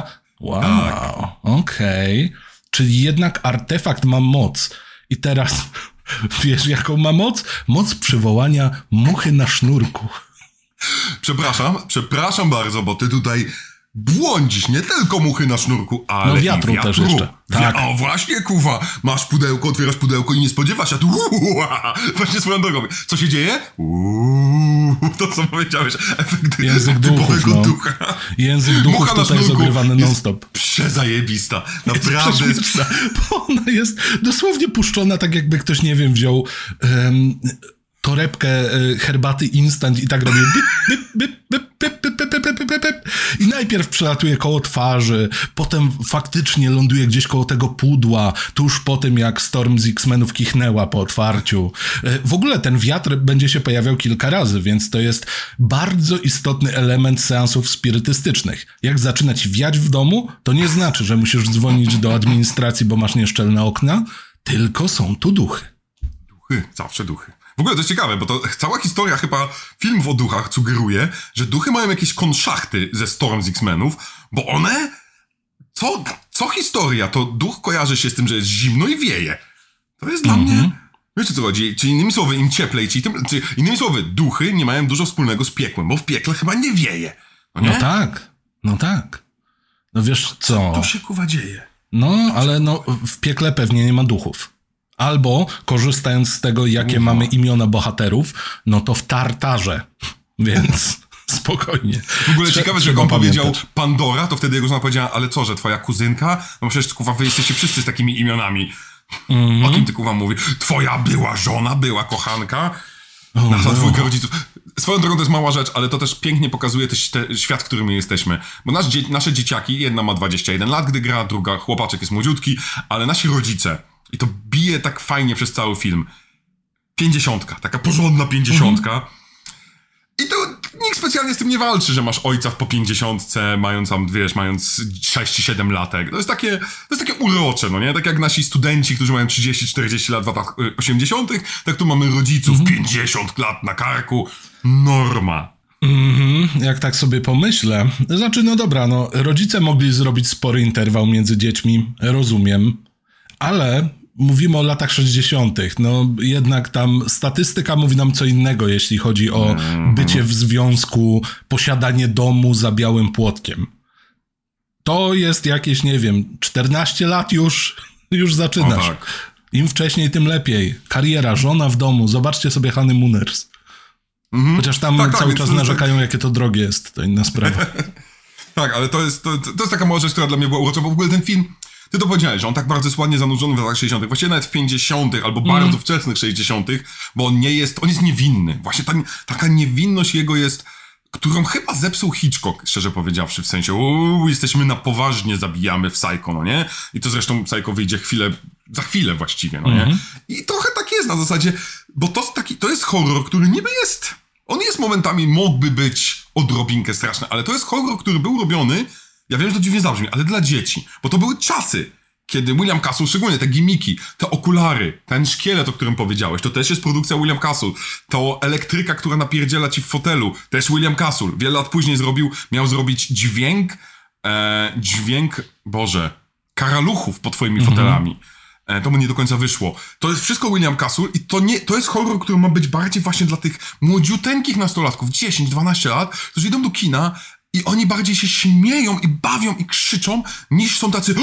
wow, okej. Okay. Czyli jednak artefakt ma moc. I teraz, wiesz jaką ma moc? Moc przywołania muchy na sznurku. Przepraszam, przepraszam bardzo, bo ty tutaj błądzisz, nie tylko muchy na sznurku, ale no wiatru, i wiatru. też jeszcze. Tak. O właśnie, kuwa, masz pudełko, otwierasz pudełko i nie spodziewasz się, a tu uua, właśnie swoją drogą. Co się dzieje? Uuu, to co powiedziałeś, efekt Język duchów, no. ducha. Język duchów Mucha tutaj jest ogrywany non-stop. Przezajebista, naprawdę. Jest bo ona jest dosłownie puszczona tak jakby ktoś, nie wiem, wziął... Um, torebkę herbaty instant i tak robię bip, bip, bip, bip, bip, bip, bip, bip, bip. I najpierw przelatuje koło twarzy, potem faktycznie ląduje gdzieś koło tego pudła, tuż po tym jak Storm z X-Menów kichnęła po otwarciu. W ogóle ten wiatr będzie się pojawiał kilka razy, więc to jest bardzo istotny element seansów spirytystycznych. Jak zaczyna ci wiać w domu, to nie znaczy, że musisz dzwonić do administracji, bo masz nieszczelne okna, tylko są tu duchy. Duchy, zawsze duchy. W ogóle to jest ciekawe, bo to cała historia chyba filmów o duchach sugeruje, że duchy mają jakieś konszachty ze Storm z X-Menów, bo one... Co, co historia, to duch kojarzy się z tym, że jest zimno i wieje. To jest mm-hmm. dla mnie... Wiecie co chodzi? Czyli innymi słowy, im cieplej, czyli, tym, czyli innymi słowy, duchy nie mają dużo wspólnego z piekłem, bo w piekle chyba nie wieje. No, nie? no tak, no tak. No wiesz co? Co tu się kuwa dzieje? No, ale no w piekle pewnie nie ma duchów. Albo, korzystając z tego, jakie Ufa. mamy imiona bohaterów, no to w Tartarze. Więc spokojnie. W ogóle Trze- ciekawe, że jak on pamiętać. powiedział Pandora, to wtedy jego żona powiedziała, ale co, że twoja kuzynka? No przecież, kuwa, wy jesteście wszyscy z takimi imionami. Mm-hmm. O kim ty, kuwa, mówi? Twoja była żona, była kochanka? Oh, Nasza dwójka rodziców. Swoją drogą to jest mała rzecz, ale to też pięknie pokazuje też te, świat, w którym my jesteśmy. Bo nasz dzie- nasze dzieciaki, jedna ma dwadzieścia jeden lat, gdy gra, druga chłopaczek jest młodziutki, ale nasi rodzice... I to bije tak fajnie przez cały film. Pięćdziesiątka, taka porządna pięćdziesiątka. Mhm. I to nikt specjalnie z tym nie walczy, że masz ojca po pięćdziesiątce, mając tam, wiesz, mając sześć czy siedem latek. To jest takie, to jest takie urocze, no nie? Tak jak nasi studenci, którzy mają trzydzieści czterdzieści lat w latach osiemdziesiątych, tak tu mamy rodziców mhm. pięćdziesiąt lat na karku. Norma. Mhm, jak tak sobie pomyślę. Znaczy, no dobra, no rodzice mogli zrobić spory interwał między dziećmi, rozumiem. Ale mówimy o latach sześćdziesiątych. No jednak tam statystyka mówi nam co innego, jeśli chodzi o bycie w związku, posiadanie domu za białym płotkiem. To jest jakieś, nie wiem, czternaście lat już, już zaczynasz. O, tak. Im wcześniej, tym lepiej. Kariera, żona w domu. Zobaczcie sobie Honeymooners. Mhm. Chociaż tam tak, cały tak, czas narzekają, tak... jakie to drogie jest. To inna sprawa. Tak, ale to jest, to, to jest taka mała rzecz, która dla mnie była urocza, bo w ogóle ten film... ty to powiedziałeś, że on tak bardzo jest ładnie zanurzony w latach sześćdziesiątych, właściwie nawet w pięćdziesiątych albo Mm. bardzo wczesnych sześćdziesiątych, bo on nie jest, on jest niewinny. Właśnie ta, taka niewinność jego jest, którą chyba zepsuł Hitchcock, szczerze powiedziawszy, w sensie, uuu, jesteśmy na poważnie, zabijamy w Psycho, no nie? I to zresztą Psycho wyjdzie chwilę, za chwilę właściwie, no Mhm. nie? I trochę tak jest na zasadzie, bo to, taki, to jest horror, który niby jest, on jest momentami, mógłby być odrobinkę straszny, ale to jest horror, który był robiony, ja wiem, że to dziwnie zabrzmi, ale dla dzieci, bo to były czasy, kiedy William Castle, szczególnie te gimiki, te okulary, ten szkielet, o którym powiedziałeś, to też jest produkcja William Castle. To elektryka, która napierdziela ci w fotelu, też William Castle. Wiele lat później zrobił, miał zrobić dźwięk, e, dźwięk, Boże, karaluchów pod twoimi mhm. fotelami. E, to mu nie do końca wyszło. To jest wszystko William Castle i to nie, to jest horror, który ma być bardziej właśnie dla tych młodziuteńkich nastolatków, dziesięć dwanaście lat, którzy idą do kina i oni bardziej się śmieją i bawią i krzyczą, niż są tacy...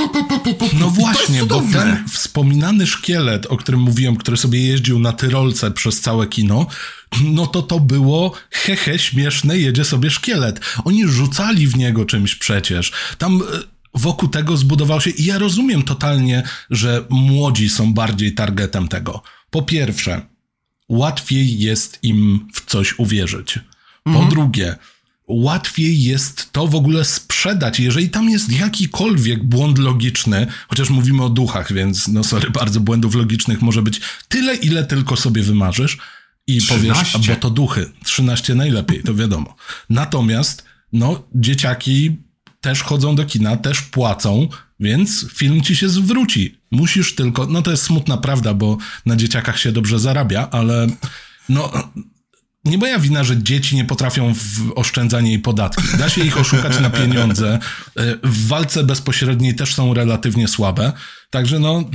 No właśnie, bo ten wspominany szkielet, o którym mówiłem, który sobie jeździł na tyrolce przez całe kino, no to to było hehe, śmieszne, jedzie sobie szkielet. Oni rzucali w niego czymś przecież. Tam wokół tego zbudował się... I ja rozumiem totalnie, że młodzi są bardziej targetem tego. Po pierwsze, łatwiej jest im w coś uwierzyć. Po mhm. drugie... łatwiej jest to w ogóle sprzedać, jeżeli tam jest jakikolwiek błąd logiczny, chociaż mówimy o duchach, więc no sorry, bardzo błędów logicznych może być tyle, ile tylko sobie wymarzysz i trzynaście powiesz, bo to duchy, trzynaście najlepiej, to wiadomo. Natomiast, no, dzieciaki też chodzą do kina, też płacą, więc film ci się zwróci. Musisz tylko, no to jest smutna prawda, bo na dzieciakach się dobrze zarabia, ale no... Nie moja wina, że dzieci nie potrafią w oszczędzanie i podatki. Da się ich oszukać na pieniądze. W walce bezpośredniej też są relatywnie słabe. Także no...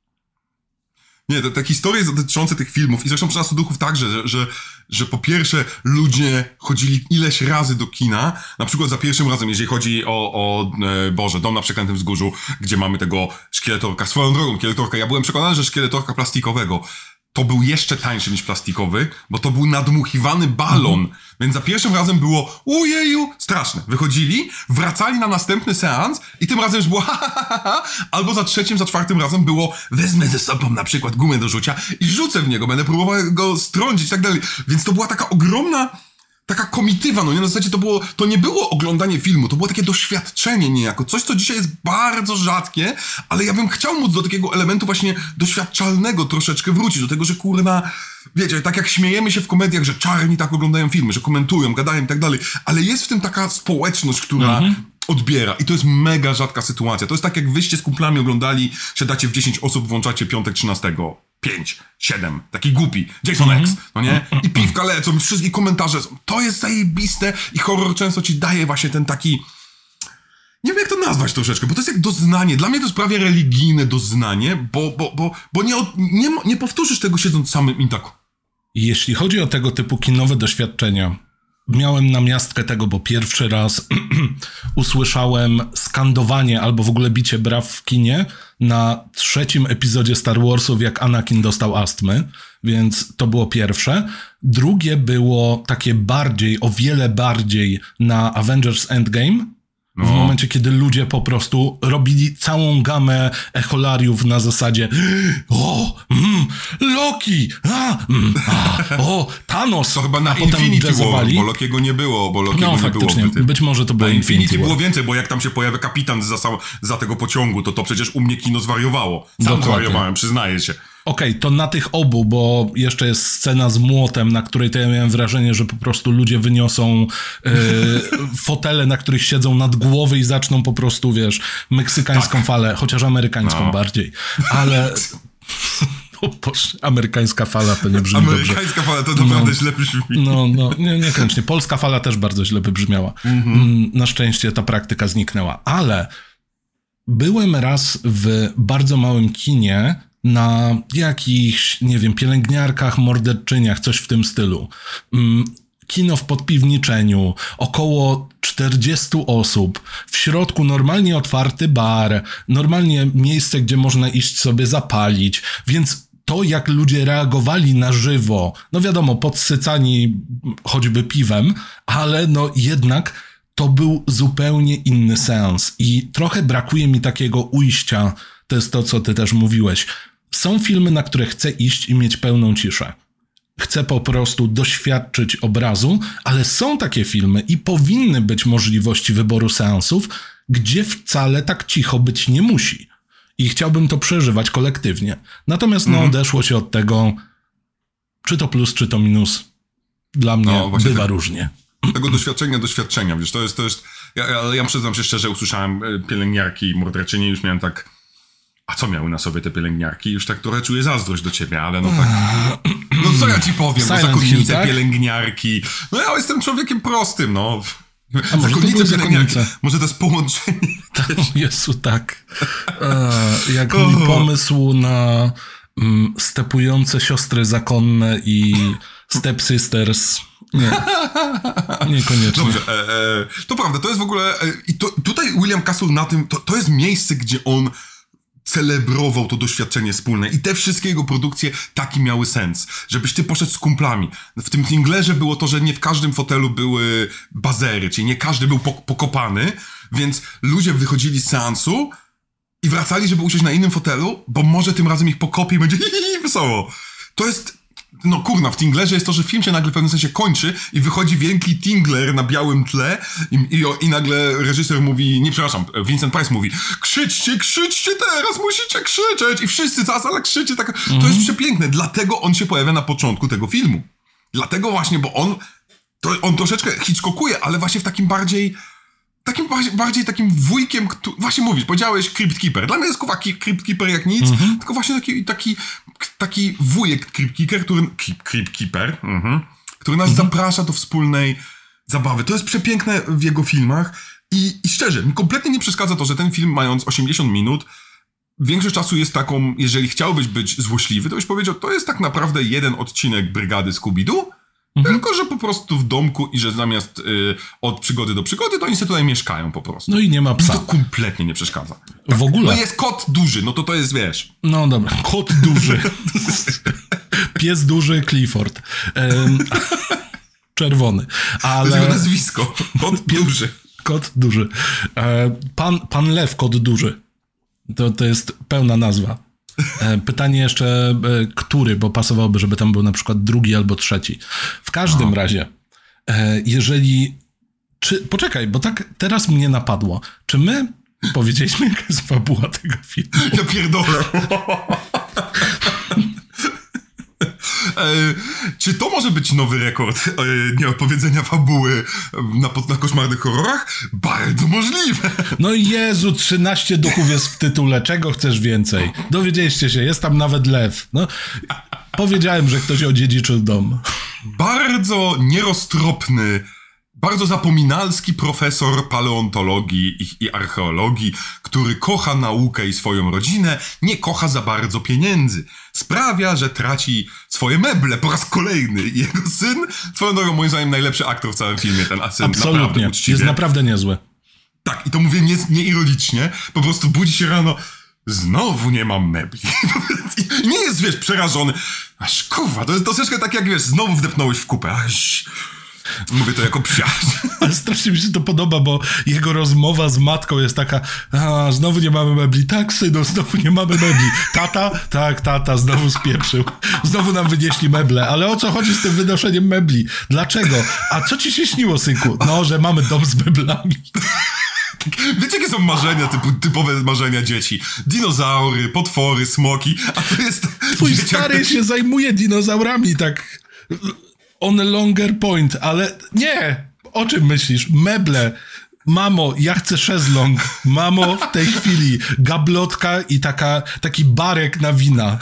Nie, te, te historie dotyczące tych filmów i zresztą przy Nas Duchów także, że, że, że po pierwsze ludzie chodzili ileś razy do kina, na przykład za pierwszym razem, jeżeli chodzi o, o e, Boże, Dom na Przeklętym Wzgórzu, gdzie mamy tego szkieletorka. Swoją drogą, szkieletorka, ja byłem przekonany, że szkieletorka plastikowego to był jeszcze tańszy niż plastikowy, bo to był nadmuchiwany balon, mhm. więc za pierwszym razem było ujeju, straszne. Wychodzili, wracali na następny seans i tym razem już było ha, ha, ha, ha, albo za trzecim, za czwartym razem było wezmę ze sobą na przykład gumę do rzucia i rzucę w niego, będę próbował go strącić i tak dalej. Więc to była taka ogromna taka komitywa, no nie, na zasadzie to było, to nie było oglądanie filmu, to było takie doświadczenie niejako, coś, co dzisiaj jest bardzo rzadkie, ale ja bym chciał móc do takiego elementu właśnie doświadczalnego troszeczkę wrócić, do tego, że kurna, wiecie, tak jak śmiejemy się w komediach, że czarni tak oglądają filmy, że komentują, gadają i tak dalej, ale jest w tym taka społeczność, która mhm. odbiera i to jest mega rzadka sytuacja. To jest tak, jak wyście z kumplami oglądali, siadacie w dziesięć osób, włączacie Piątek trzynastego. pięć, siedem, taki głupi, Jason mm-hmm. X, no nie? I piwka lecą, wszystkie komentarze są. To jest zajebiste i horror często ci daje właśnie ten taki... Nie wiem, jak to nazwać troszeczkę, bo to jest jak doznanie. Dla mnie to jest prawie religijne doznanie, bo, bo, bo, bo nie, nie, nie powtórzysz tego siedząc samym i tak. Jeśli chodzi o tego typu kinowe doświadczenia, miałem namiastkę tego, bo pierwszy raz usłyszałem skandowanie albo w ogóle bicie braw w kinie na trzecim epizodzie Star Warsów, jak Anakin dostał astmy, więc to było pierwsze. Drugie było takie bardziej, o wiele bardziej na Avengers Endgame, no. W momencie, kiedy ludzie po prostu robili całą gamę echolariów na zasadzie o, mm, Loki, a, mm, a, o, Thanos. To chyba na Infinity War, bo Lokiego nie było, bo Lokiego no, nie faktycznie, było. Być może to było na Infinity, Infinity było więcej, bo jak tam się pojawia kapitan za, za tego pociągu, to to przecież u mnie kino zwariowało. Sam Dokładnie. zwariowałem, przyznaję się. Okej, okay, to na tych obu, bo jeszcze jest scena z młotem, na której to ja miałem wrażenie, że po prostu ludzie wyniosą yy, fotele, na których siedzą nad głowy i zaczną po prostu, wiesz, meksykańską tak. falę, chociaż amerykańską no. bardziej, ale... O Boże, amerykańska fala to nie brzmi amerykańska dobrze. Amerykańska fala to naprawdę no, źle brzmi. No, no, nie, niekoniecznie. Polska fala też bardzo źle by brzmiała. Mm-hmm. Na szczęście ta praktyka zniknęła, ale byłem raz w bardzo małym kinie na jakichś, nie wiem, pielęgniarkach, morderczyniach, coś w tym stylu. Kino w podpiwniczeniu, około czterdzieści osób, w środku normalnie otwarty bar, normalnie miejsce, gdzie można iść sobie zapalić, więc to, jak ludzie reagowali na żywo, no wiadomo, podsycani choćby piwem, ale no jednak to był zupełnie inny seans i trochę brakuje mi takiego ujścia, to jest to, co ty też mówiłeś. Są filmy, na które chcę iść i mieć pełną ciszę. Chcę po prostu doświadczyć obrazu, ale są takie filmy i powinny być możliwości wyboru seansów, gdzie wcale tak cicho być nie musi. I chciałbym to przeżywać kolektywnie. Natomiast no, mm. odeszło się od tego, czy to plus, czy to minus. Dla mnie no, bywa tak, różnie. Tego doświadczenia, doświadczenia, wiesz, to jest, to jest, ja, ja, ja przyznam się szczerze, usłyszałem pielęgniarki morderczyni, już miałem tak, a co miały na sobie te pielęgniarki? Już tak trochę czuję zazdrość do ciebie, ale no tak, no co ja ci powiem, no zakonnice, tak? Pielęgniarki, no ja jestem człowiekiem prostym, no. A może to były zakonnice? Może to jest połączenie. O Jezu, tak. E, jak oh. mój pomysł na mm, stepujące siostry zakonne i stepsisters. Nie, niekoniecznie. Dobrze, e, e, to prawda, to jest w ogóle, e, i to, tutaj William Castle na tym, to, to jest miejsce, gdzie on celebrował to doświadczenie wspólne i te wszystkie jego produkcje taki miały sens, żebyś ty poszedł z kumplami. W tym Tinglerze było to, że nie w każdym fotelu były bazery, czyli nie każdy był pok- pokopany, więc ludzie wychodzili z seansu i wracali, żeby usiąść na innym fotelu, bo może tym razem ich pokopie i będzie hi, hi, hi, wesoło. To jest... No kurna, w Tinglerze jest to, że film się nagle w pewnym sensie kończy i wychodzi wielki Tingler na białym tle i, i, i nagle reżyser mówi, nie przepraszam, Vincent Price mówi, krzyczcie, krzyczcie teraz, musicie krzyczeć i wszyscy za sala krzyczy, tak, mm-hmm. To jest przepiękne, dlatego on się pojawia na początku tego filmu. Dlatego właśnie, bo on, to, on troszeczkę Hitchcockuje, ale właśnie w takim bardziej, takim bardziej, bardziej takim wujkiem, który, właśnie mówisz, powiedziałeś Crypt Keeper. Dla mnie jest kuwa Crypt Keeper jak nic, mm-hmm. tylko właśnie taki, taki, taki wujek Crypt Keeper, który, Crypt Keeper, mm-hmm, który nas mm-hmm. zaprasza do wspólnej zabawy. To jest przepiękne w jego filmach i, i szczerze, mi kompletnie nie przeszkadza to, że ten film, mając osiemdziesiąt minut, większość czasu jest taką, jeżeli chciałbyś być złośliwy, to byś powiedział, to jest tak naprawdę jeden odcinek Brygady Scooby-Doo, Mhm. Tylko, że po prostu w domku i że zamiast y, od przygody do przygody, to oni sobie tutaj mieszkają po prostu. No i nie ma psa. Mi to kompletnie nie przeszkadza. Tak. W ogóle. No jest kot duży, no to to jest, wiesz. No dobra, kot duży. Pies duży Clifford. Um, czerwony. Ale... To jest jego nazwisko. Kot duży. Kot duży. E, pan, pan Lew, kot duży. To, to jest pełna nazwa. Pytanie jeszcze, który, bo pasowałoby, żeby tam był na przykład drugi albo trzeci. W każdym no. razie, jeżeli... Czy, poczekaj, bo tak teraz mnie napadło. Czy my powiedzieliśmy, jaka jest fabuła tego filmu? Ja pierdolę. E, czy to może być nowy rekord e, nieopowiedzenia fabuły na, na koszmarnych horrorach? Bardzo możliwe. No Jezu, trzynaście duchów jest w tytule. Czego chcesz więcej? Dowiedzieliście się, jest tam nawet lew. No, powiedziałem, że ktoś odziedziczył dom. Bardzo nieroztropny, bardzo zapominalski profesor paleontologii i, i archeologii, który kocha naukę i swoją rodzinę, nie kocha za bardzo pieniędzy. Sprawia, że traci swoje meble po raz kolejny. Jego syn, swoją drogą, moim zdaniem, najlepszy aktor w całym filmie, ten a syn. Absolutnie, naprawdę uczciwie. Jest naprawdę niezły. Tak, i to mówię nie, nie ironicznie, po prostu budzi się rano, znowu nie mam mebli. I nie jest, wiesz, przerażony. Aż kurwa, to jest troszeczkę tak jak, wiesz, znowu wdepnąłeś w kupę. Aż... Mówię to jako psiarz. Ale strasznie mi się to podoba, bo jego rozmowa z matką jest taka, a znowu nie mamy mebli. Tak, synu, znowu nie mamy mebli. Tata? Tak, tata, znowu spieprzył. Znowu nam wynieśli meble. Ale o co chodzi z tym wynoszeniem mebli? Dlaczego? A co ci się śniło, synku? No, że mamy dom z meblami. Wiecie, jakie są marzenia, typu, typowe marzenia dzieci? Dinozaury, potwory, smoki, a to jest... Twój stary taki... się zajmuje dinozaurami, tak... On a longer point, ale nie! O czym myślisz? Meble. Mamo, ja chcę szezlong. Mamo, w tej chwili gablotka i taka, taki barek na wina.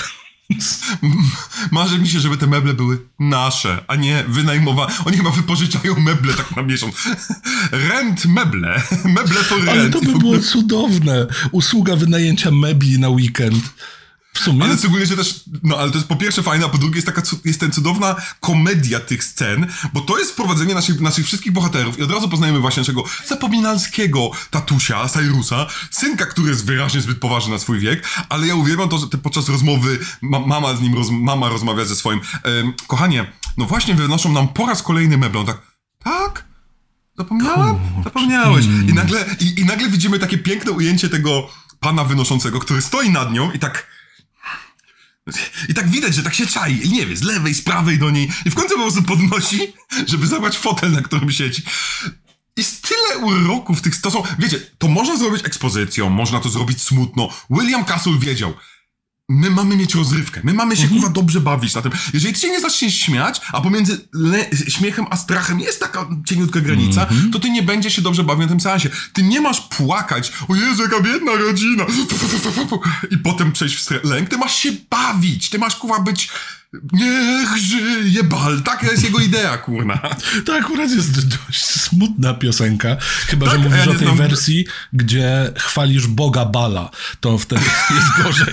Marzy mi się, żeby te meble były nasze, a nie wynajmowane. Oni chyba wypożyczają meble tak na miesiąc. Rent meble. Meble for rent. Ale to by było cudowne. Usługa wynajęcia mebli na weekend. W sumie? Ale szczególnie, że też, no ale to jest po pierwsze fajne, a po drugie jest taka, jest ten cudowna komedia tych scen, bo to jest wprowadzenie naszych, naszych wszystkich bohaterów i od razu poznajemy właśnie naszego zapominalskiego tatusia, Cyrusa, synka, który jest wyraźnie zbyt poważny na swój wiek, ale ja uwielbiam to, że te, podczas rozmowy ma, mama z nim, roz, mama rozmawia ze swoim, ehm, kochanie, no właśnie wynoszą nam po raz kolejny meble, on tak, tak? Zapomniałem? Zapomniałeś. I nagle, i, i nagle widzimy takie piękne ujęcie tego pana wynoszącego, który stoi nad nią i tak... I tak widać, że tak się czai. I nie wie, z lewej, z prawej do niej. I w końcu po prostu podnosi, żeby zabrać fotel, na którym siedzi. Jest tyle uroku w tych... To są, wiecie, to można zrobić ekspozycją, można to zrobić smutno. William Castle wiedział. My mamy mieć rozrywkę, my mamy się mhm. kurwa dobrze bawić na tym. Jeżeli ty się nie zaczniesz śmiać, a pomiędzy le- śmiechem a strachem jest taka cieniutka granica, mhm. to ty nie będziesz się dobrze bawił na tym seansie. Ty nie masz płakać, o Jezu, jaka biedna rodzina, i potem przejść w stre- lęk. Ty masz się bawić, ty masz kurwa być... Niech żyje bal. Taka jest jego idea, kurna. To akurat jest dość smutna piosenka. Chyba, tak, że mówisz ja o tej znam... wersji, gdzie chwalisz Boga Bala. To wtedy jest gorzej.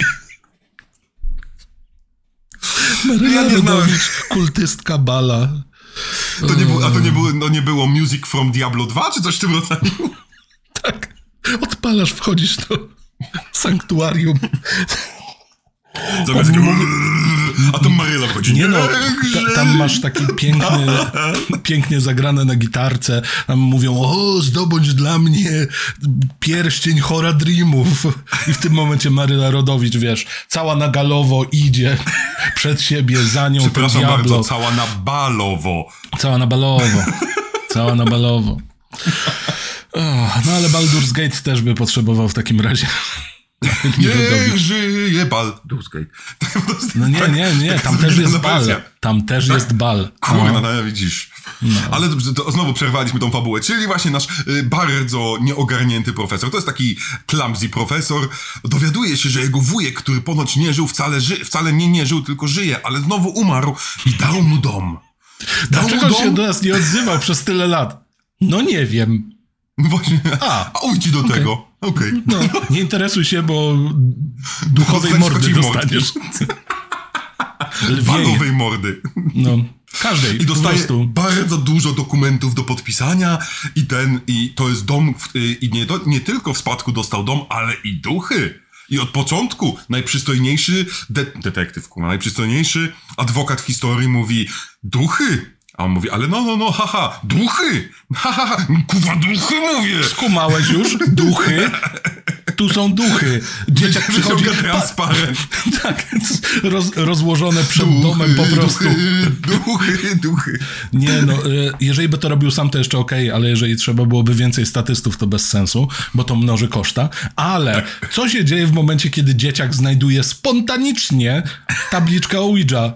Maryla ja nie Rodowicz, kultystka Bala. To nie było, a to nie było, no nie było Music from Diablo dwa, czy coś w tym rodzaju? Tak. Odpalasz, wchodzisz do sanktuarium. Zamiast takiego... A to Maryla wchodzi. Nie no, ta, tam masz taki piękny, pięknie zagrane na gitarce. Tam mówią, o, zdobądź dla mnie pierścień Horadrimów. I w tym momencie Maryla Rodowicz, wiesz, cała na galowo idzie przed siebie, za nią to Przepraszam diablo. bardzo, cała na balowo. Cała na balowo. Cała na balowo. Oh, no ale Baldur's Gate też by potrzebował w takim razie. Niech żyje Baldur's Gate. No nie, nie, nie, tam też jest bal. Tam też jest bal. Kurna, no widzisz. No. Ale to znowu przerwaliśmy tą fabułę. Czyli właśnie nasz y, bardzo nieogarnięty profesor, to jest taki clumsy profesor, dowiaduje się, że jego wujek, który ponoć nie żył, wcale, ży, wcale nie nie żył, tylko żyje, ale znowu umarł i dał mu dom. Dał Dlaczego mu dom? się do nas nie odzywał przez tyle lat? No nie wiem. No właśnie, a, a ujdzie do okay. tego. Okej. Okay. No, nie interesuj się, bo duchowej no, mordy dostaniesz. Walowej mordy. No, każdej. I dostaje bardzo dużo dokumentów do podpisania i ten, i to jest dom, i nie, do, nie tylko w spadku dostał dom, ale i duchy. I od początku najprzystojniejszy de- detektyw, kurwa, najprzystojniejszy adwokat w historii mówi duchy. A on mówi, ale no, no, no, haha, duchy! Haha, ha, kurwa, duchy mówię! Skumałeś już? Duchy? Tu są duchy. Dzieciak przychodzi... transparent. Tak, roz, rozłożone przed duchy, domem po prostu. Duchy, duchy, duchy. Nie no, jeżeli by to robił sam, to jeszcze okej, okay, ale jeżeli trzeba byłoby więcej statystów, to bez sensu, bo to mnoży koszta. Ale co się dzieje w momencie, kiedy dzieciak znajduje spontanicznie tabliczkę Ouija?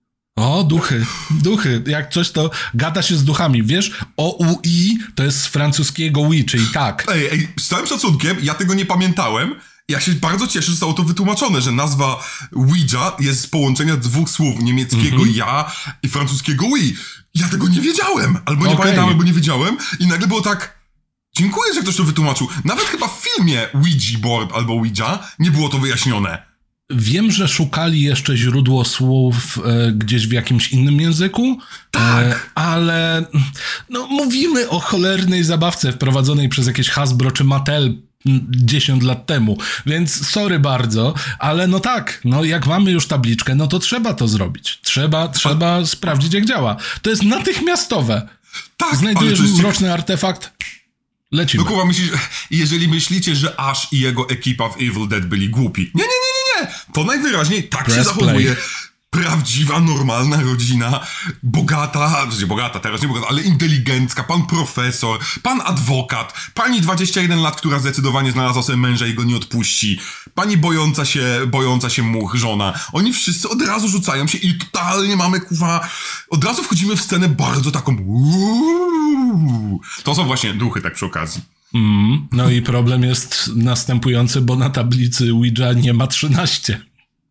O, duchy, duchy. Jak coś, to gada się z duchami. Wiesz, O U I to jest z francuskiego oui, czyli tak. Ej, ej, z całym szacunkiem, ja tego nie pamiętałem. Ja się bardzo cieszę, że zostało to wytłumaczone, że nazwa Ouija jest z połączenia dwóch słów, niemieckiego mm-hmm. ja i francuskiego oui. Ja tego nie wiedziałem, albo nie okay. pamiętałem, albo nie wiedziałem i nagle było tak... Dziękuję, że ktoś to wytłumaczył. Nawet chyba w filmie Ouija board albo Ouija nie było to wyjaśnione. Wiem, że szukali jeszcze źródło słów e, gdzieś w jakimś innym języku, tak. e, ale no, mówimy o cholernej zabawce wprowadzonej przez jakieś Hasbro czy Mattel dziesięć lat temu, więc sorry bardzo, ale no tak, no jak mamy już tabliczkę, no to trzeba to zrobić. Trzeba, trzeba A... sprawdzić, jak działa. To jest natychmiastowe. Tak, Znajdujesz ale to jest... mroczny artefakt, lecimy. No kurwa, myślisz, jeżeli myślicie, że Ash i jego ekipa w Evil Dead byli głupi. Nie, nie, nie, nie, nie. To najwyraźniej tak Press się zachowuje play. Prawdziwa, normalna rodzina, bogata, znaczy bogata, teraz nie bogata, ale inteligencka, pan profesor, pan adwokat, pani dwadzieścia jeden lat, która zdecydowanie znalazła sobie męża i go nie odpuści, pani bojąca się, bojąca się much, żona. Oni wszyscy od razu rzucają się i totalnie mamy, kuwa, od razu wchodzimy w scenę bardzo taką uuu. To są właśnie duchy, tak przy okazji. Mm, no i problem jest następujący, bo na tablicy Ouija nie ma trzynaście.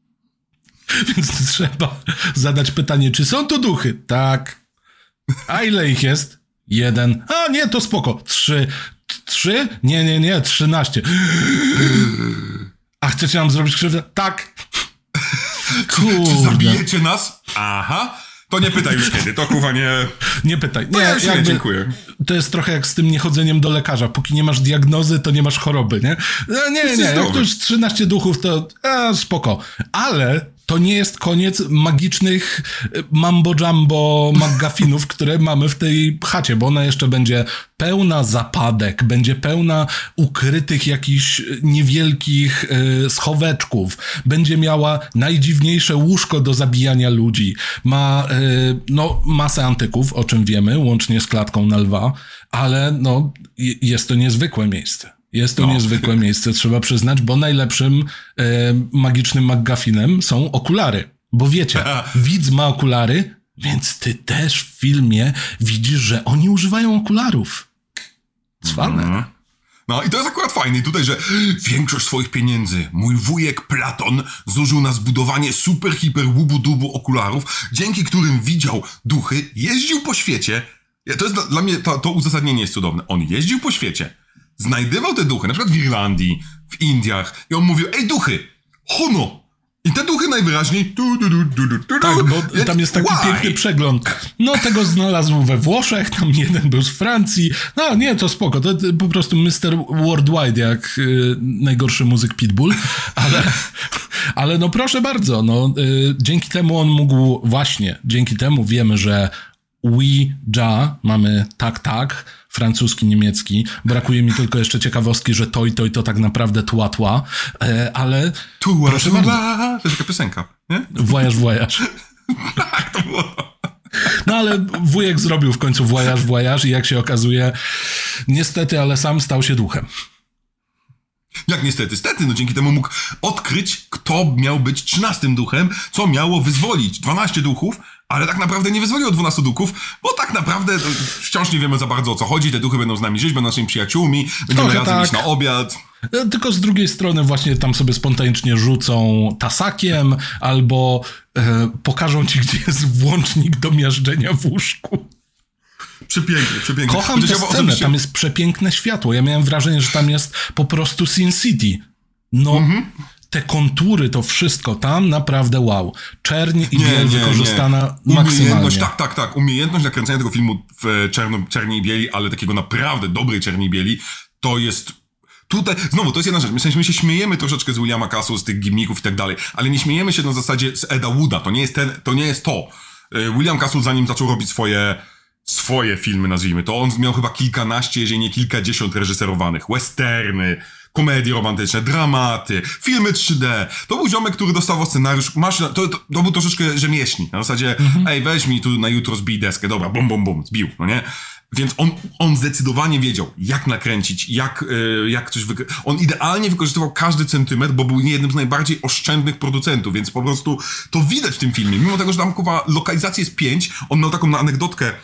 Więc trzeba zadać pytanie, czy są to duchy? Tak. A ile ich jest? Jeden. A nie, to spoko. Trzy. Trzy? Nie, nie, nie. Trzynaście. A chcecie nam zrobić krzywdę? Tak. Kurde. Czy zabijecie nas? Aha. To nie pytaj już kiedy, to kurwa nie... Nie pytaj. Nie, ja jakby, dziękuję. To jest trochę jak z tym niechodzeniem do lekarza. Póki nie masz diagnozy, to nie masz choroby, nie? No, nie, nie, nie. Jak to już trzynaście duchów, to e, spoko. Ale To nie jest koniec magicznych mambo-jumbo McGuffinów, które mamy w tej chacie, bo ona jeszcze będzie pełna zapadek, będzie pełna ukrytych jakichś niewielkich y, schoweczków, będzie miała najdziwniejsze łóżko do zabijania ludzi, ma y, no, masę antyków, o czym wiemy, łącznie z klatką na lwa, ale no, jest to niezwykłe miejsce. Jest to no. niezwykłe miejsce, trzeba przyznać, bo najlepszym e, magicznym McGuffinem są okulary. Bo wiecie, widz ma okulary, więc ty też w filmie widzisz, że oni używają okularów. Cwane. Mm. No i to jest akurat fajne. I tutaj, że większość swoich pieniędzy mój wujek Platon zużył na zbudowanie super, hiper, łubu-dubu okularów, dzięki którym widział duchy, jeździł po świecie. To jest dla, dla mnie, to, to uzasadnienie jest cudowne. On jeździł po świecie, znajdywał te duchy, na przykład w Irlandii, w Indiach i on mówił, ej duchy, hono! I te duchy najwyraźniej... Tu, tu, tu, tu, tu, tu, tak, bo tam jest taki why? piękny przegląd. No, tego znalazł we Włoszech, tam jeden był z Francji. No, nie, to spoko, to, to po prostu mister Worldwide, jak y, najgorszy muzyk Pitbull. Ale, ale no proszę bardzo, no, y, dzięki temu on mógł, właśnie, dzięki temu wiemy, że Ouija, mamy tak, tak, francuski, niemiecki. Brakuje mi tylko jeszcze ciekawostki, że to i to i to tak naprawdę tła, tła, e, ale... Tła, proszę tła, bardzo. To jest taka piosenka, nie? Voyage, voyage. Tak, to było. No ale wujek zrobił w końcu voyage, voyage i jak się okazuje, niestety, ale sam stał się duchem. Jak niestety, stety, no dzięki temu mógł odkryć, kto miał być trzynastym duchem, co miało wyzwolić dwanaście duchów, ale tak naprawdę nie wyzwoliło dwunastu duchów, bo tak naprawdę wciąż nie wiemy za bardzo o co chodzi, te duchy będą z nami żyć, będą naszymi przyjaciółmi, będziemy Trochę razem tak. iść na obiad. Tylko z drugiej strony właśnie tam sobie spontanicznie rzucą tasakiem albo e, pokażą ci, gdzie jest włącznik do miażdżenia w łóżku. Przepięknie, przepięknie. Kocham tę scenę, osobiście... tam jest przepiękne światło. Ja miałem wrażenie, że tam jest po prostu Sin City. No, mm-hmm. te kontury, to wszystko tam naprawdę wow. Czerń i biel wykorzystana nie. maksymalnie. Tak, tak, tak. Umiejętność nakręcenia tego filmu w czerno, czerni i bieli, ale takiego naprawdę dobrej czerni i bieli, to jest... Tutaj, znowu, to jest jedna rzecz. My, w sensie, my się śmiejemy troszeczkę z Williama Castle, z tych gimmików i tak dalej, ale nie śmiejemy się na zasadzie z Eda Wooda. To nie jest ten, to nie jest to. William Castle, zanim zaczął robić swoje... swoje filmy, nazwijmy to. On miał chyba kilkanaście, jeżeli nie kilkadziesiąt reżyserowanych. Westerny, komedie romantyczne, dramaty, filmy trzy D. To był ziomek, który dostawał scenariusz. Masz, to, to, to był troszeczkę rzemieślnik. Na zasadzie, mhm. ej, weź mi tu na jutro zbij deskę. Dobra, bum, bum, bum, zbił, no nie? Więc on, on zdecydowanie wiedział, jak nakręcić, jak, yy, jak coś wykre... On idealnie wykorzystywał każdy centymetr, bo był jednym z najbardziej oszczędnych producentów, więc po prostu to widać w tym filmie. Mimo tego, że tam kuwa lokalizacji jest pięć, on miał taką anegdotkę,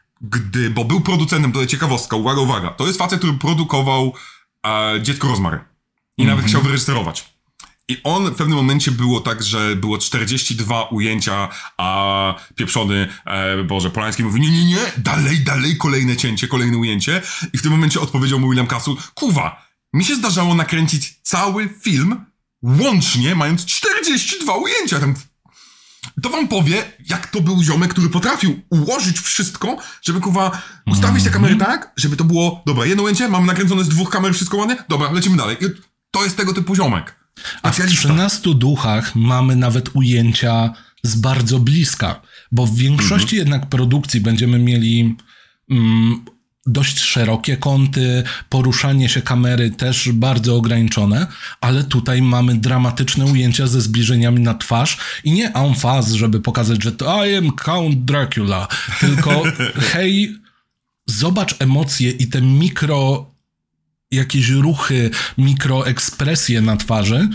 gdy, bo był producentem, to jest ciekawostka, uwaga, uwaga, to jest facet, który produkował e, Dziecko Rozmary i mm-hmm. nawet chciał wyreżyserować. I on w pewnym momencie było tak, że było czterdzieści dwa ujęcia, a pieprzony, e, Boże, Polański mówi, nie, nie, nie, dalej, dalej, kolejne cięcie, kolejne ujęcie. I w tym momencie odpowiedział mu William Castle, kuwa, mi się zdarzało nakręcić cały film, łącznie mając czterdzieści dwa ujęcia. Tam, to wam powie, jak to był ziomek, który potrafił ułożyć wszystko, żeby, kuwa, ustawić te kamery tak, żeby to było, dobra, jedno ujęcie, mamy nakręcone z dwóch kamer, wszystko ładnie, dobra, lecimy dalej. I to jest tego typu ziomek. A w trzynastu duchach mamy nawet ujęcia z bardzo bliska, bo w większości mm-hmm. jednak produkcji będziemy mieli mm, dość szerokie kąty, poruszanie się kamery też bardzo ograniczone, ale tutaj mamy dramatyczne ujęcia ze zbliżeniami na twarz i nie en face, żeby pokazać, że to I am Count Dracula, tylko hej, zobacz emocje i te mikro... jakieś ruchy, mikroekspresje na twarzy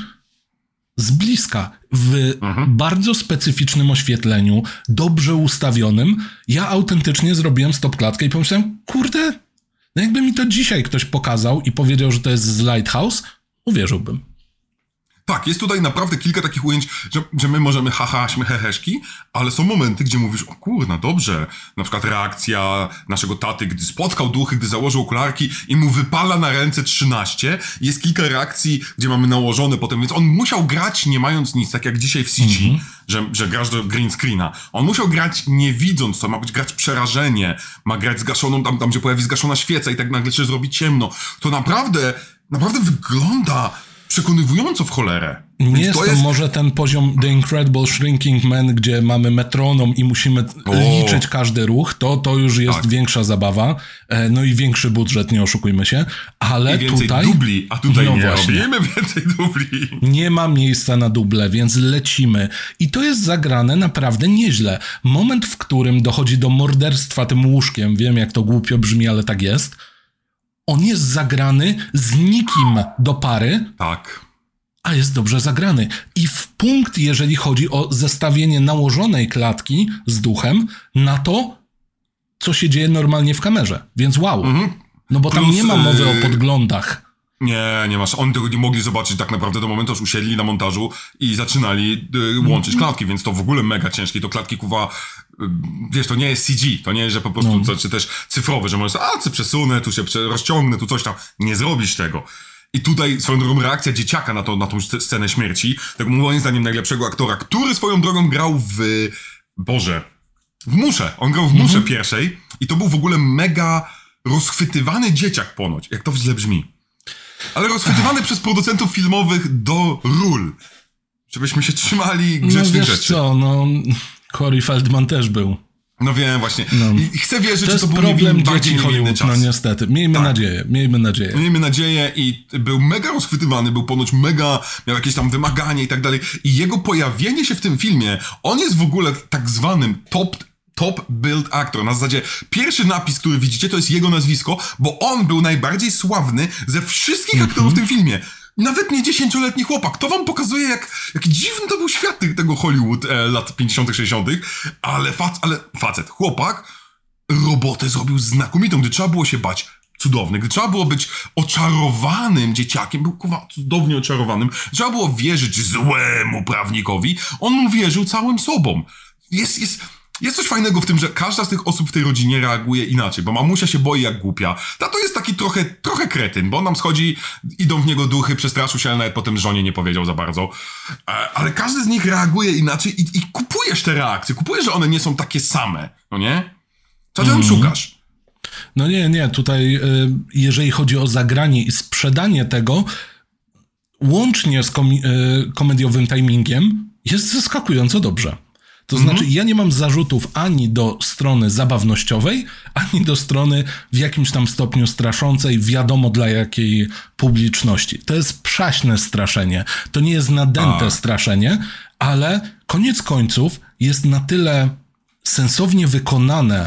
z bliska, w mhm. bardzo specyficznym oświetleniu, dobrze ustawionym. Ja autentycznie zrobiłem stopklatkę i pomyślałem, kurde, no jakby mi to dzisiaj ktoś pokazał i powiedział, że to jest z Lighthouse, uwierzyłbym. Tak, jest tutaj naprawdę kilka takich ujęć, że, że my możemy haha, śmiecheheszki, ale są momenty, gdzie mówisz, o kurna, dobrze. Na przykład reakcja naszego taty, gdy spotkał duchy, gdy założył okularki i mu wypala na ręce trzynaście. Jest kilka reakcji, gdzie mamy nałożone potem, więc on musiał grać nie mając nic, tak jak dzisiaj w C G, mm-hmm. że, że grasz do green screena. On musiał grać nie widząc, to ma być grać przerażenie, ma grać zgaszoną, tam, tam gdzie pojawi zgaszona świeca i tak nagle się zrobi ciemno. To naprawdę, naprawdę wygląda... przekonywująco w cholerę. Nie Więc jest to, jest może ten poziom The Incredible Shrinking Man, gdzie mamy metronom i musimy O. liczyć każdy ruch, to, to już jest Tak. większa zabawa, e, no i większy budżet, nie oszukujmy się, ale I więcej tutaj... dubli, a tutaj no nie właśnie. robimy więcej dubli. Nie ma miejsca na duble, więc lecimy. I to jest zagrane naprawdę nieźle. Moment, w którym dochodzi do morderstwa tym łóżkiem, wiem jak to głupio brzmi, ale tak jest, on jest zagrany z nikim do pary, Tak. a jest dobrze zagrany. I w punkt, jeżeli chodzi o zestawienie nałożonej klatki z duchem na to, co się dzieje normalnie w kamerze. Więc wow. Mhm. No bo tam Plus, nie ma mowy yy, o podglądach. Nie, nie masz. Oni tego nie mogli zobaczyć tak naprawdę do momentu, aż usiedli na montażu i zaczynali y, łączyć klatki, więc to w ogóle mega ciężkie. To klatki, kuwa, y, wiesz, to nie jest C G, to nie jest, że po prostu, No. to, czy też cyfrowy, że możesz, a, co przesunę, tu się prze, rozciągnę, tu coś tam. Nie zrobisz tego. I tutaj swoją drogą reakcja dzieciaka na, to, na tą scenę śmierci, tego moim zdaniem najlepszego aktora, który swoją drogą grał w, Boże, w Musze. On grał w Musze Mhm. pierwszej i to był w ogóle mega rozchwytywany dzieciak ponoć, jak to źle brzmi. Ale rozchwytywany przez producentów filmowych do ról. Żebyśmy się trzymali No grzecznych wiesz rzeczy. co, no Corey Feldman też był. No wiem, właśnie. No. I chcę wierzyć, To że jest to był problem niewinny, bardziej dzieci niewinny Hollywood, czas. no niestety. Miejmy Tak. nadzieję, miejmy nadzieję. Miejmy nadzieję i był mega rozchwytywany, był ponoć mega, miał jakieś tam wymagania i tak dalej. I jego pojawienie się w tym filmie, on jest w ogóle tak zwanym top top build actor. Na zasadzie pierwszy napis, który widzicie, to jest jego nazwisko, bo on był najbardziej sławny ze wszystkich aktorów w tym filmie. Nawet nie dziesięcioletni chłopak. To wam pokazuje, jak, jak dziwny to był świat tych- tego Hollywood e, lat pięćdziesiątych, sześćdziesiątych. Ale, fac, ale facet, chłopak, robotę zrobił znakomitą, gdy trzeba było się bać. Cudowny. Gdy trzeba było być oczarowanym dzieciakiem, był kurwa cudownie oczarowanym, trzeba było wierzyć złemu prawnikowi, on mu wierzył całym sobą. Jest, jest, jest coś fajnego w tym, że każda z tych osób w tej rodzinie reaguje inaczej, bo mamusia się boi jak głupia. Tato jest taki trochę, trochę kretyn, bo on nam schodzi, idą w niego duchy, przestraszył się, ale nawet potem żonie nie powiedział za bardzo. E, Ale każdy z nich reaguje inaczej i, i kupujesz te reakcje, kupujesz, że one nie są takie same, no nie? Co ty tam szukasz? No nie, nie, tutaj y, jeżeli chodzi o zagranie i sprzedanie tego, łącznie z komi- y, komediowym timingiem, jest zaskakująco dobrze. To znaczy, ja nie mam zarzutów ani do strony zabawnościowej, ani do strony w jakimś tam stopniu straszącej, wiadomo dla jakiej publiczności. To jest przaśne straszenie. To nie jest nadęte A. straszenie, ale koniec końców jest na tyle sensownie wykonane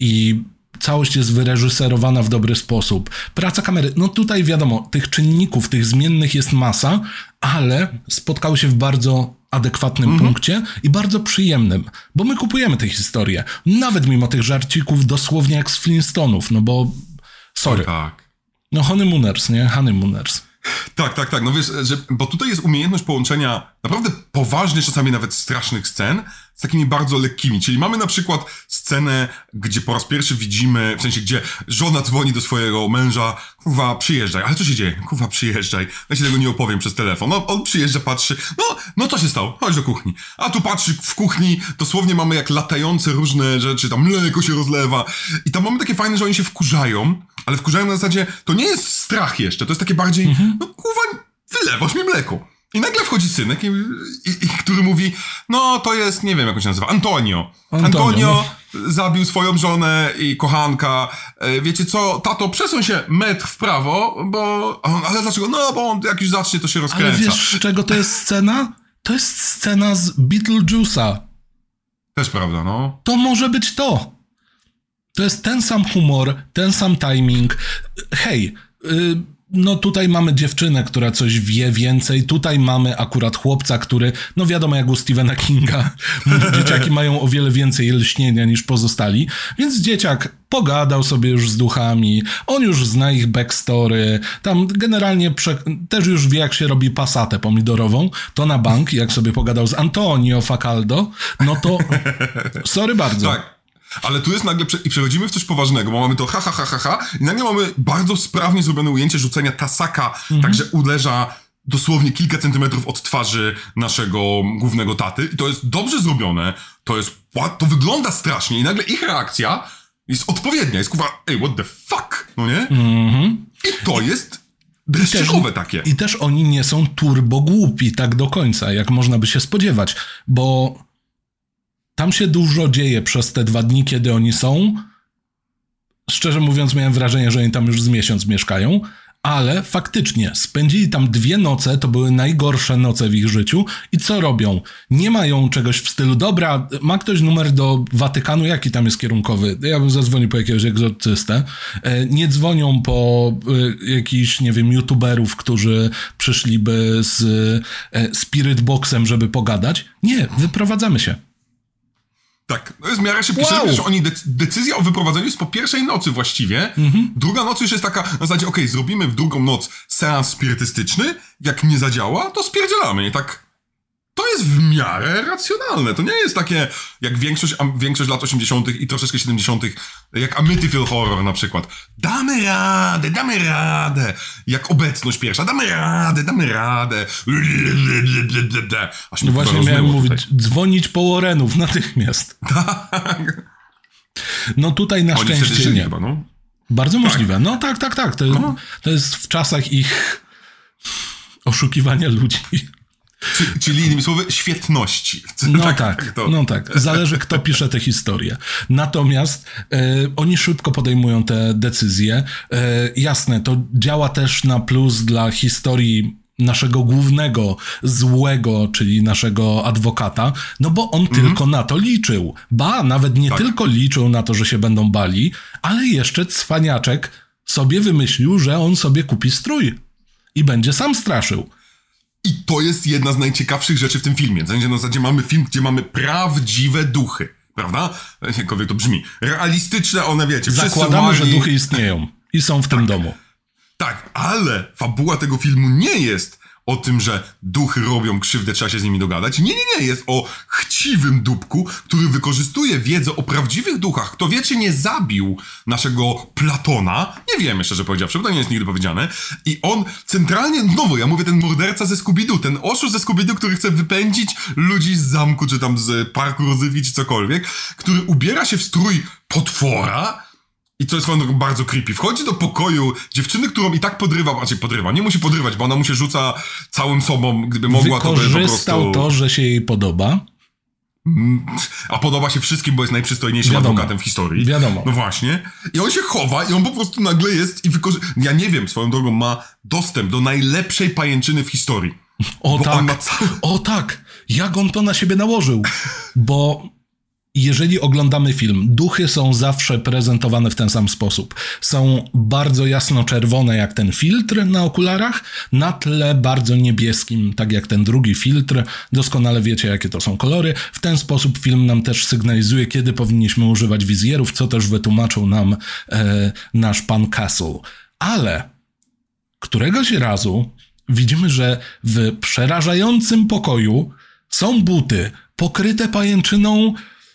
i całość jest wyreżyserowana w dobry sposób. Praca kamery, no tutaj wiadomo, tych czynników, tych zmiennych jest masa, ale spotkały się w bardzo adekwatnym Mhm. punkcie i bardzo przyjemnym, bo my kupujemy tę historię. Nawet mimo tych żarcików dosłownie jak z Flintstonów, no bo sorry. Tak. No honeymooners, nie? Honeymooners. Tak, tak, tak. No wiesz, że, bo tutaj jest umiejętność połączenia naprawdę poważnych, czasami nawet strasznych scen z takimi bardzo lekkimi. Czyli mamy na przykład scenę, gdzie po raz pierwszy widzimy, w sensie, gdzie żona dzwoni do swojego męża, kurwa, przyjeżdżaj. Ale co się dzieje? Kurwa, przyjeżdżaj. Ja ci tego nie opowiem przez telefon. No, on przyjeżdża, patrzy, no, no co się stało? Chodź do kuchni. A tu patrzy w kuchni, dosłownie mamy jak latające różne rzeczy, tam mleko się rozlewa. I tam mamy takie fajne, że oni się wkurzają, ale wkurzają na zasadzie, to nie jest strach jeszcze, to jest takie bardziej, Mhm. no kurwa, wylewasz mi mleko. I nagle wchodzi synek, i, i, i, który mówi, no to jest, nie wiem jak on się nazywa, Antonio. Antonio, Antonio zabił swoją żonę i kochanka. E, Wiecie co, tato, przesuń się metr w prawo, bo... a on, ale dlaczego? No, bo on jak już zacznie, to się Ale rozkręca. wiesz, z czego to jest scena? To jest scena z Beetlejuice'a. Też prawda, no. To może być to. To jest ten sam humor, ten sam timing. Hej, yy, no tutaj mamy dziewczynę, która coś wie więcej. Tutaj mamy akurat chłopca, który, no wiadomo jak u Stephena Kinga, dzieciaki mają o wiele więcej lśnienia niż pozostali. Więc dzieciak pogadał sobie już z duchami, on już zna ich backstory, tam generalnie prze- też już wie jak się robi pasatę pomidorową, to na bank, jak sobie pogadał z Antonio Facaldo, no to sorry bardzo. Tak. Ale tu jest nagle, prze- i przechodzimy w coś poważnego, bo mamy to ha, ha, ha, ha, ha i nagle mamy bardzo sprawnie zrobione ujęcie rzucenia tasaka, tak że uderza dosłownie kilka centymetrów od twarzy naszego głównego taty i to jest dobrze zrobione, to jest, what? To wygląda strasznie i nagle ich reakcja jest odpowiednia, jest kurwa, ej, what the fuck, no nie? I to jest dreszczykowe takie. I też oni nie są turbo głupi tak do końca, jak można by się spodziewać, bo tam się dużo dzieje przez te dwa dni, kiedy oni są. Szczerze mówiąc, miałem wrażenie, że oni tam już z miesiąc mieszkają, ale faktycznie spędzili tam dwie noce, to były najgorsze noce w ich życiu i co robią? Nie mają czegoś w stylu, dobra, ma ktoś numer do Watykanu, jaki tam jest kierunkowy? Ja bym zadzwonił po jakiegoś egzorcystę. Nie dzwonią po jakichś, nie wiem, youtuberów, którzy przyszliby z Spirit Boxem, żeby pogadać. Nie, wyprowadzamy się. Tak, to jest w miarę szybki. Wow. Wiesz, że oni dec- decyzja o wyprowadzeniu jest po pierwszej nocy właściwie. Mhm. Druga noc już jest taka, na zasadzie, okej, okay, zrobimy w drugą noc seans spirytystyczny, jak nie zadziała, to spierdzielamy. I tak, to jest w miarę racjonalne. To nie jest takie, jak większość, a, większość lat osiemdziesiątych i troszeczkę siedemdziesiątych, jak Amityville Horror na przykład. Damy radę, damy radę. Jak Obecność pierwsza, damy radę, damy radę. Aż no właśnie miałem mówić, tutaj. Dzwonić po Warrenów natychmiast. Tak. No tutaj na Oni szczęście żyli nie. chyba, no. Bardzo możliwe. No tak, tak, tak. To, no. to jest w czasach ich oszukiwania ludzi. Czyli, czyli innymi słowy, świetności. No tak, tak to... no tak. Zależy, kto pisze tę historię. Natomiast e, oni szybko podejmują te decyzje. E, jasne, to działa też na plus dla historii naszego głównego złego, czyli naszego adwokata, no bo on mhm. tylko na to liczył. Ba, nawet nie tak. tylko liczył na to, że się będą bali, ale jeszcze cwaniaczek sobie wymyślił, że on sobie kupi strój i będzie sam straszył. I to jest jedna z najciekawszych rzeczy w tym filmie. W sensie na zasadzie mamy film, gdzie mamy prawdziwe duchy, prawda? Jakkolwiek to brzmi. Realistyczne one, wiecie. Zakładamy, mali... że duchy istnieją i są w tak. tym domu. Tak, ale fabuła tego filmu nie jest o tym, że duchy robią krzywdę, trzeba się z nimi dogadać. Nie, nie, nie. Jest o chciwym dupku, który wykorzystuje wiedzę o prawdziwych duchach. Kto wie, czy nie zabił naszego Platona? Nie wiemy, szczerze powiedziawszy, bo to nie jest nigdy powiedziane. I on centralnie, znowu, ja mówię, ten morderca ze Scooby-Doo, ten oszust ze Scooby-Doo, który chce wypędzić ludzi z zamku, czy tam z parku rozrywki, czy cokolwiek, który ubiera się w strój potwora. I co jest bardzo creepy. Wchodzi do pokoju dziewczyny, którą i tak podrywa, znaczy podrywa, nie musi podrywać, bo ona mu się rzuca całym sobą, gdyby mogła, to by po prostu... Wykorzystał to, że się jej podoba. A podoba się wszystkim, bo jest najprzystojniejszym Wiadomo. adwokatem w historii. Wiadomo. No właśnie. I on się chowa i on po prostu nagle jest i wykorzysta... Ja nie wiem, swoją drogą ma dostęp do najlepszej pajęczyny w historii. O tak, cały... o tak. Jak on to na siebie nałożył? Bo... Jeżeli oglądamy film, duchy są zawsze prezentowane w ten sam sposób. Są bardzo jasno-czerwone jak ten filtr na okularach, na tle bardzo niebieskim, tak jak ten drugi filtr. Doskonale wiecie, jakie to są kolory. W ten sposób film nam też sygnalizuje, kiedy powinniśmy używać wizjerów, co też wytłumaczył nam e, nasz pan Castle. Ale któregoś razu widzimy, że w przerażającym pokoju są buty pokryte pajęczyną.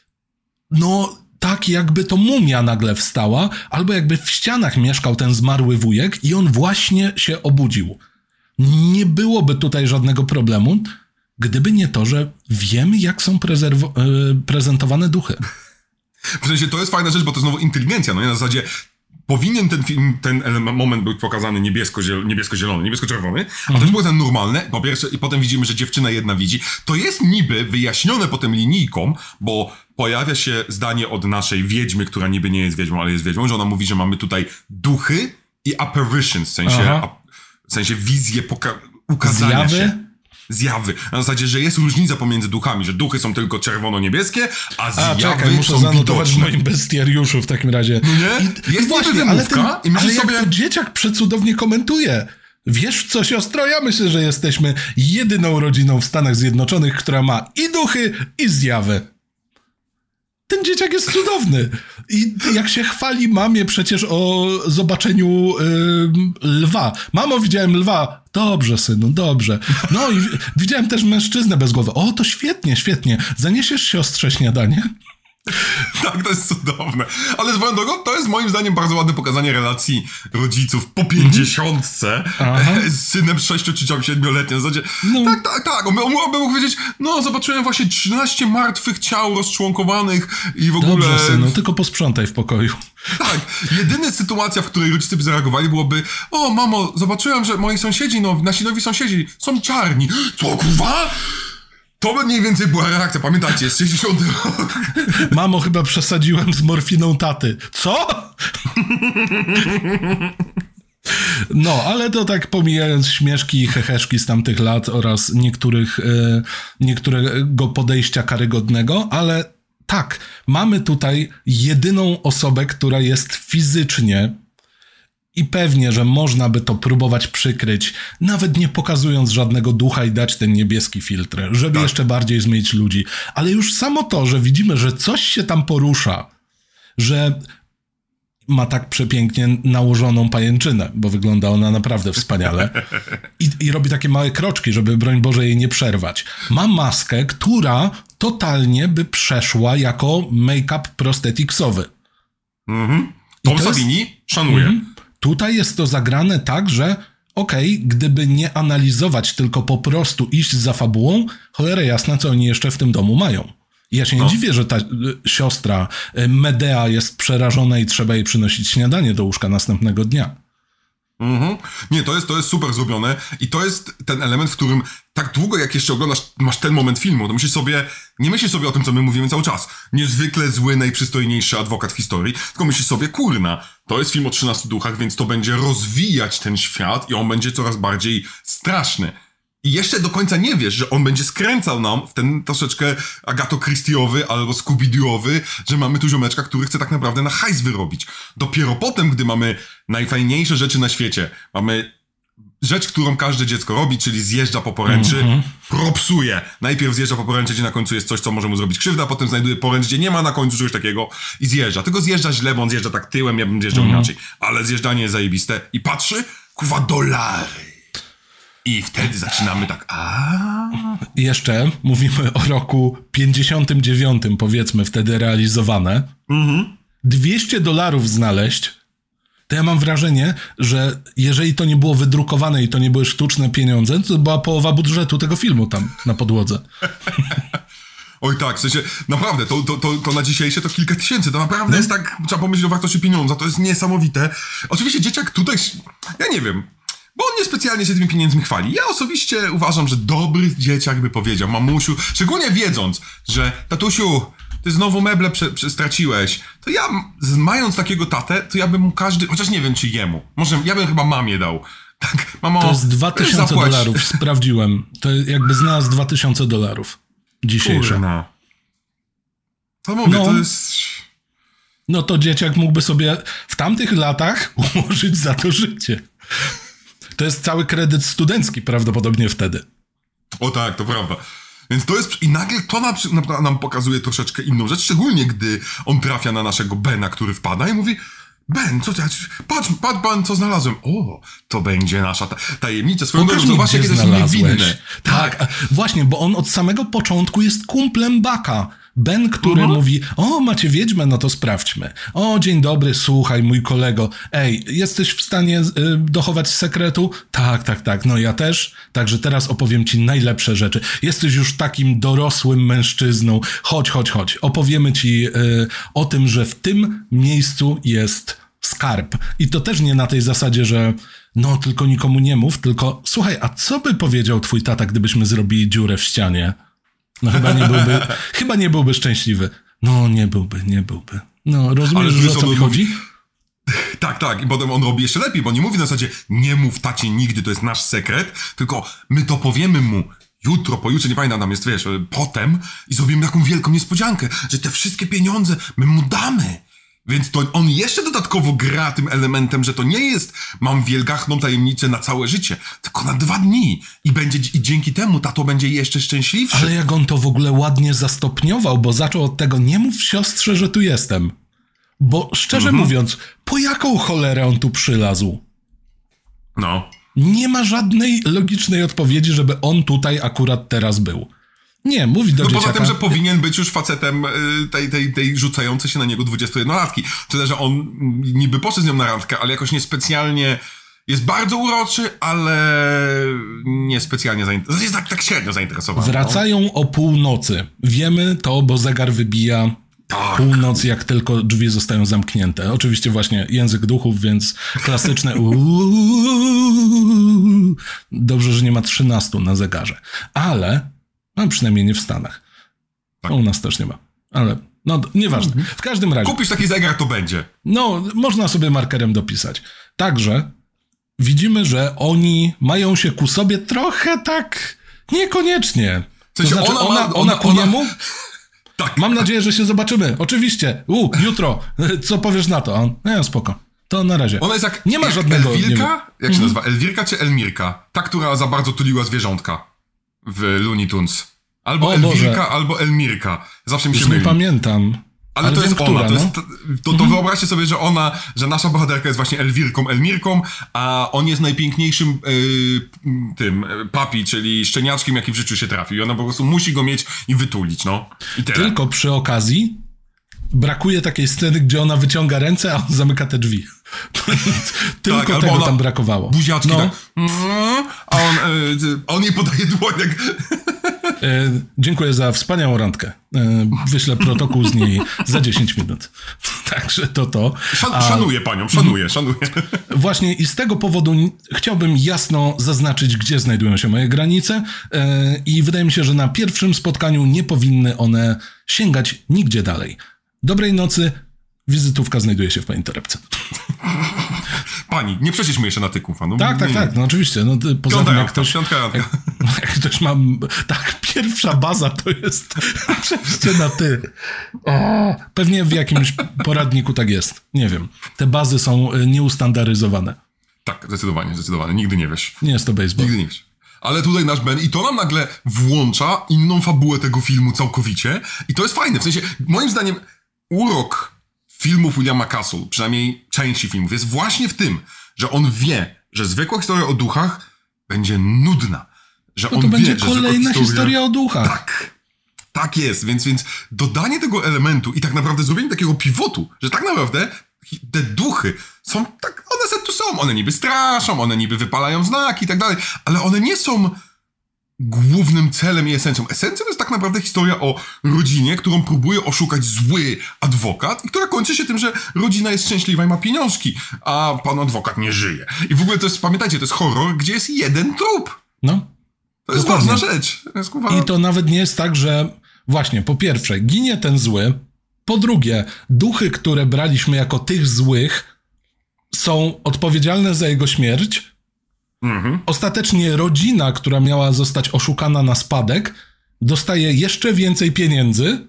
No, tak jakby to mumia nagle wstała, albo jakby w ścianach mieszkał ten zmarły wujek i on właśnie się obudził. Nie byłoby tutaj żadnego problemu, gdyby nie to, że wiemy, jak są prezerwo- yy, prezentowane duchy. W sensie to jest fajna rzecz, bo to znowu inteligencja, no nie? Na zasadzie powinien ten film, ten moment być pokazany niebiesko-zielony, niebiesko-zielony, niebiesko-czerwony, a mhm. to jest pokazane normalne, po pierwsze, i potem widzimy, że dziewczyna jedna widzi. To jest niby wyjaśnione potem linijką, bo pojawia się zdanie od naszej wiedźmy, która niby nie jest wiedźmą, ale jest wiedźmą, że ona mówi, że mamy tutaj duchy i apparitions, w sensie, a, w sensie wizje poka- ukazania Zjawy? się. Zjawy. Na zasadzie, że jest różnica pomiędzy duchami, że duchy są tylko czerwono-niebieskie, a zjawy a, czekaj, muszę są zanotować widoczne. w moim bestiariuszu w takim razie. No nie? I, jest i właśnie, ale, ten, i ale jak sobie... to dzieciak przecudownie komentuje. Wiesz co, siostro, ja myślę, że jesteśmy jedyną rodziną w Stanach Zjednoczonych, która ma i duchy, i zjawy. Ten dzieciak jest cudowny. I jak się chwali mamie przecież o zobaczeniu yy, lwa. Mamo, widziałem lwa. Dobrze, synu, dobrze. No i widziałem też mężczyznę bez głowy. O, to świetnie, świetnie. Zaniesiesz siostrze śniadanie? Tak, to jest cudowne. Ale swoją drogą, to jest moim zdaniem bardzo ładne pokazanie relacji rodziców po pięćdziesiątce mm-hmm. z synem sześcio czy siedmioletnim. W zasadzie, no. Tak, tak, tak. On, on, on by mógł powiedzieć, no zobaczyłem właśnie trzynaście martwych ciał rozczłonkowanych i w ogóle... Dobrze, synu, tylko posprzątaj w pokoju. Tak. Jedyna sytuacja, w której rodzice by zareagowali, byłoby, o mamo, zobaczyłem, że moi sąsiedzi, no, nasi nowi sąsiedzi są czarni. Co, kurwa? To by mniej więcej była reakcja, pamiętajcie, jest sześćdziesiąty rok. Mamo, chyba przesadziłem z morfiną taty. Co? No, ale to tak pomijając śmieszki i heheszki z tamtych lat oraz niektórych, e, niektórego podejścia karygodnego, ale tak, mamy tutaj jedyną osobę, która jest fizycznie i pewnie, że można by to próbować przykryć, nawet nie pokazując żadnego ducha i dać ten niebieski filtr, żeby tak. jeszcze bardziej zmyć ludzi. Ale już samo to, że widzimy, że coś się tam porusza, że ma tak przepięknie nałożoną pajęczynę, bo wygląda ona naprawdę wspaniale i, i robi takie małe kroczki, żeby broń Boże jej nie przerwać. Ma maskę, która totalnie by przeszła jako make-up prostheticsowy. Mhm. Tom Savini jest... szanuje. Mhm. Tutaj jest to zagrane tak, że okej, okay, gdyby nie analizować, tylko po prostu iść za fabułą, cholera jasna, co oni jeszcze w tym domu mają. Ja się nie no. dziwię, że ta y, siostra y, Medea jest przerażona i trzeba jej przynosić śniadanie do łóżka następnego dnia. Mhm. Nie, to jest, to jest super zrobione i to jest ten element, w którym tak długo jak jeszcze oglądasz, masz ten moment filmu, to myślisz sobie, nie myślisz sobie o tym, co my mówimy cały czas. Niezwykle zły, najprzystojniejszy adwokat w historii, tylko myślisz sobie, kurna, to jest film o trzynastu duchach, więc to będzie rozwijać ten świat i on będzie coraz bardziej straszny. I jeszcze do końca nie wiesz, że on będzie skręcał nam w ten troszeczkę Agato Christie'owy albo Scooby-Doo'owy, że mamy tu ziomeczka, który chce tak naprawdę na hajs wyrobić. Dopiero potem, gdy mamy najfajniejsze rzeczy na świecie, mamy rzecz, którą każde dziecko robi, czyli zjeżdża po poręczy, mm-hmm. propsuje. Najpierw zjeżdża po poręczy, gdzie na końcu jest coś, co może mu zrobić krzywdę, a potem znajduje poręcz, gdzie nie ma na końcu czegoś takiego i zjeżdża. Tylko zjeżdża źle, bo on zjeżdża tak tyłem, ja bym zjeżdżał mm-hmm. inaczej. Ale zjeżdżanie jest zajebiste i patrzy, kuwa, dolary. I wtedy zaczynamy tak, a Jeszcze mówimy o roku pięćdziesiątym dziewiątym, powiedzmy, wtedy realizowane. Mhm. dwieście dolarów znaleźć, to ja mam wrażenie, że jeżeli to nie było wydrukowane i to nie były sztuczne pieniądze, to była połowa budżetu tego filmu tam na podłodze. Oj tak, w sensie, naprawdę, to, to, to, to na dzisiejsze to kilka tysięcy, to naprawdę no. jest tak, trzeba pomyśleć o wartości pieniądza, to jest niesamowite. Oczywiście dzieciak tutaj, ja nie wiem, bo on niespecjalnie się tymi pieniędzmi chwali. Ja osobiście uważam, że dobry dzieciak by powiedział, mamusiu, szczególnie wiedząc, że tatusiu, ty znowu meble prze, prze, straciłeś, to ja, z, mając takiego tatę, to ja bym mu każdy, chociaż nie wiem czy jemu, może ja bym chyba mamie dał. Tak, mamo, to jest dwa tysiące dolarów, sprawdziłem. To jakby znalazł dwa tysiące dolarów dzisiejsze. Kurna. To mówię, no. to jest... No to dzieciak mógłby sobie w tamtych latach ułożyć za to życie. To jest cały kredyt studencki prawdopodobnie wtedy. O tak, to prawda. Więc to jest... I nagle to nam, nam pokazuje troszeczkę inną rzecz, szczególnie gdy on trafia na naszego Bena, który wpada i mówi: Ben, co ty... Patrz, patrz, Ben, co znalazłem. O, to będzie nasza ta, tajemnica. Swoją drogą, zobacz, jakie to są niewinne. Tak, tak, właśnie, bo on od samego początku jest kumplem Baka. Ben, który uh-huh. mówi: o, macie wiedźmę, no to sprawdźmy. O, dzień dobry, słuchaj, mój kolego. Ej, jesteś w stanie y, dochować sekretu? Tak, tak, tak, no ja też. Także teraz opowiem ci najlepsze rzeczy. Jesteś już takim dorosłym mężczyzną. Chodź, chodź, chodź. Opowiemy ci y, o tym, że w tym miejscu jest skarb. I to też nie na tej zasadzie, że no, tylko nikomu nie mów, tylko słuchaj, a co by powiedział twój tata, gdybyśmy zrobili dziurę w ścianie? No chyba nie byłby, chyba nie byłby szczęśliwy. No nie byłby, nie byłby. No rozumiesz, że o co mi chodzi? Tak, tak. I potem on robi jeszcze lepiej, bo nie mówi na zasadzie nie mów tacie nigdy, to jest nasz sekret, tylko my to powiemy mu jutro, pojutrze, nie pamiętam, tam jest, wiesz, potem i zrobimy taką wielką niespodziankę, że te wszystkie pieniądze my mu damy. Więc to on jeszcze dodatkowo gra tym elementem, że to nie jest mam wielgachną tajemnicę na całe życie, tylko na dwa dni. I będzie i dzięki temu tato będzie jeszcze szczęśliwszy. Ale jak on to w ogóle ładnie zastopniował, bo zaczął od tego: nie mów siostrze, że tu jestem. Bo szczerze mhm. mówiąc, po jaką cholerę on tu przylazł? No. Nie ma żadnej logicznej odpowiedzi, żeby on tutaj akurat teraz był. Nie, mówi do no dzieciaka. poza tym, że powinien być już facetem tej, tej, tej rzucającej się na niego dwudziestojednolatki. Tyle, że on niby poszedł z nią na randkę, ale jakoś niespecjalnie... Jest bardzo uroczy, ale niespecjalnie zainteresowany. Jest tak, tak średnio zainteresowany. Wracają no. o północy. Wiemy to, bo zegar wybija tak. północ, jak tylko drzwi zostają zamknięte. Oczywiście właśnie język duchów, więc klasyczne uuuu. Dobrze, że nie ma trzynastu na zegarze. Ale, no przynajmniej nie w Stanach. Tak. No, u nas też nie ma. Ale, no nieważne. W każdym razie. Kupisz taki zegar, to będzie. No, można sobie markerem dopisać. Także widzimy, że oni mają się ku sobie trochę tak niekoniecznie. W sensie to znaczy, ona, ona, ona, ona, ona ku niemu? Ona... Tak. Mam nadzieję, że się zobaczymy. Oczywiście. U, jutro. Co powiesz na to? On, no spoko. To na razie. Ona jest jak, nie ma jak żadnego... Elwirka? Nie Jak się nazywa? Elwirka czy Elmirka? Ta, która za bardzo tuliła zwierzątka w Looney Tunes. Albo o Elwirka, Boże. albo Elmirka. Zawsze mi się Już myli. nie pamiętam. Ale, Ale to jest która, ona, to, no? jest, to, to, to wyobraźcie sobie, że ona, że nasza bohaterka jest właśnie Elwirką, Elmirką, a on jest najpiękniejszym yy, tym yy, papi, czyli szczeniaczkiem, jaki w życiu się trafił. I ona po prostu musi go mieć i wytulić, no. I tyle. Tylko przy okazji brakuje takiej sceny, gdzie ona wyciąga ręce, a on zamyka te drzwi. Tylko tak, tego tam brakowało. Buziaczki no. tak. A on, yy, on jej podaje dłoń jak... E, dziękuję za wspaniałą randkę. E, wyślę protokół z niej za dziesięć minut. Także to to. Szan, A, szanuję panią, szanuję, szanuję. Właśnie i z tego powodu chciałbym jasno zaznaczyć, gdzie znajdują się moje granice e, i wydaje mi się, że na pierwszym spotkaniu nie powinny one sięgać nigdzie dalej. Dobrej nocy. Wizytówka znajduje się w pani torebce. Pani, nie przecież my jeszcze na tyku fanów. Tak, tak, tak, no oczywiście. No, poza tym, jak ktoś, jak, jak ktoś ma... Tak, pierwsza baza to jest przejście na ty. O, pewnie w jakimś poradniku tak jest. Nie wiem. Te bazy są nieustandaryzowane. Tak, zdecydowanie, zdecydowanie. Nigdy nie wiesz. Nie jest to baseball. Nigdy nie wiesz. Ale tutaj nasz Ben, i to nam nagle włącza inną fabułę tego filmu całkowicie. I to jest fajne. W sensie, moim zdaniem, urok filmów Williama Castle, przynajmniej części filmów, jest właśnie w tym, że on wie, że zwykła historia o duchach będzie nudna. Że no on to wie, będzie że kolejna historia... historia o duchach. Tak. Tak jest, więc, więc dodanie tego elementu i tak naprawdę zrobienie takiego pivotu, że tak naprawdę te duchy są tak, one se tu są, one niby straszą, one niby wypalają znaki i tak dalej, ale one nie są głównym celem i esencją. Esencją jest tak naprawdę historia o rodzinie, którą próbuje oszukać zły adwokat i która kończy się tym, że rodzina jest szczęśliwa i ma pieniążki, a pan adwokat nie żyje. I w ogóle to jest, pamiętajcie, to jest horror, gdzie jest jeden trup. No. To jest dokładnie. ważna rzecz. Jest, I to nawet nie jest tak, że właśnie, po pierwsze, ginie ten zły, po drugie, duchy, które braliśmy jako tych złych, są odpowiedzialne za jego śmierć. Mhm. Ostatecznie rodzina, która miała zostać oszukana na spadek, dostaje jeszcze więcej pieniędzy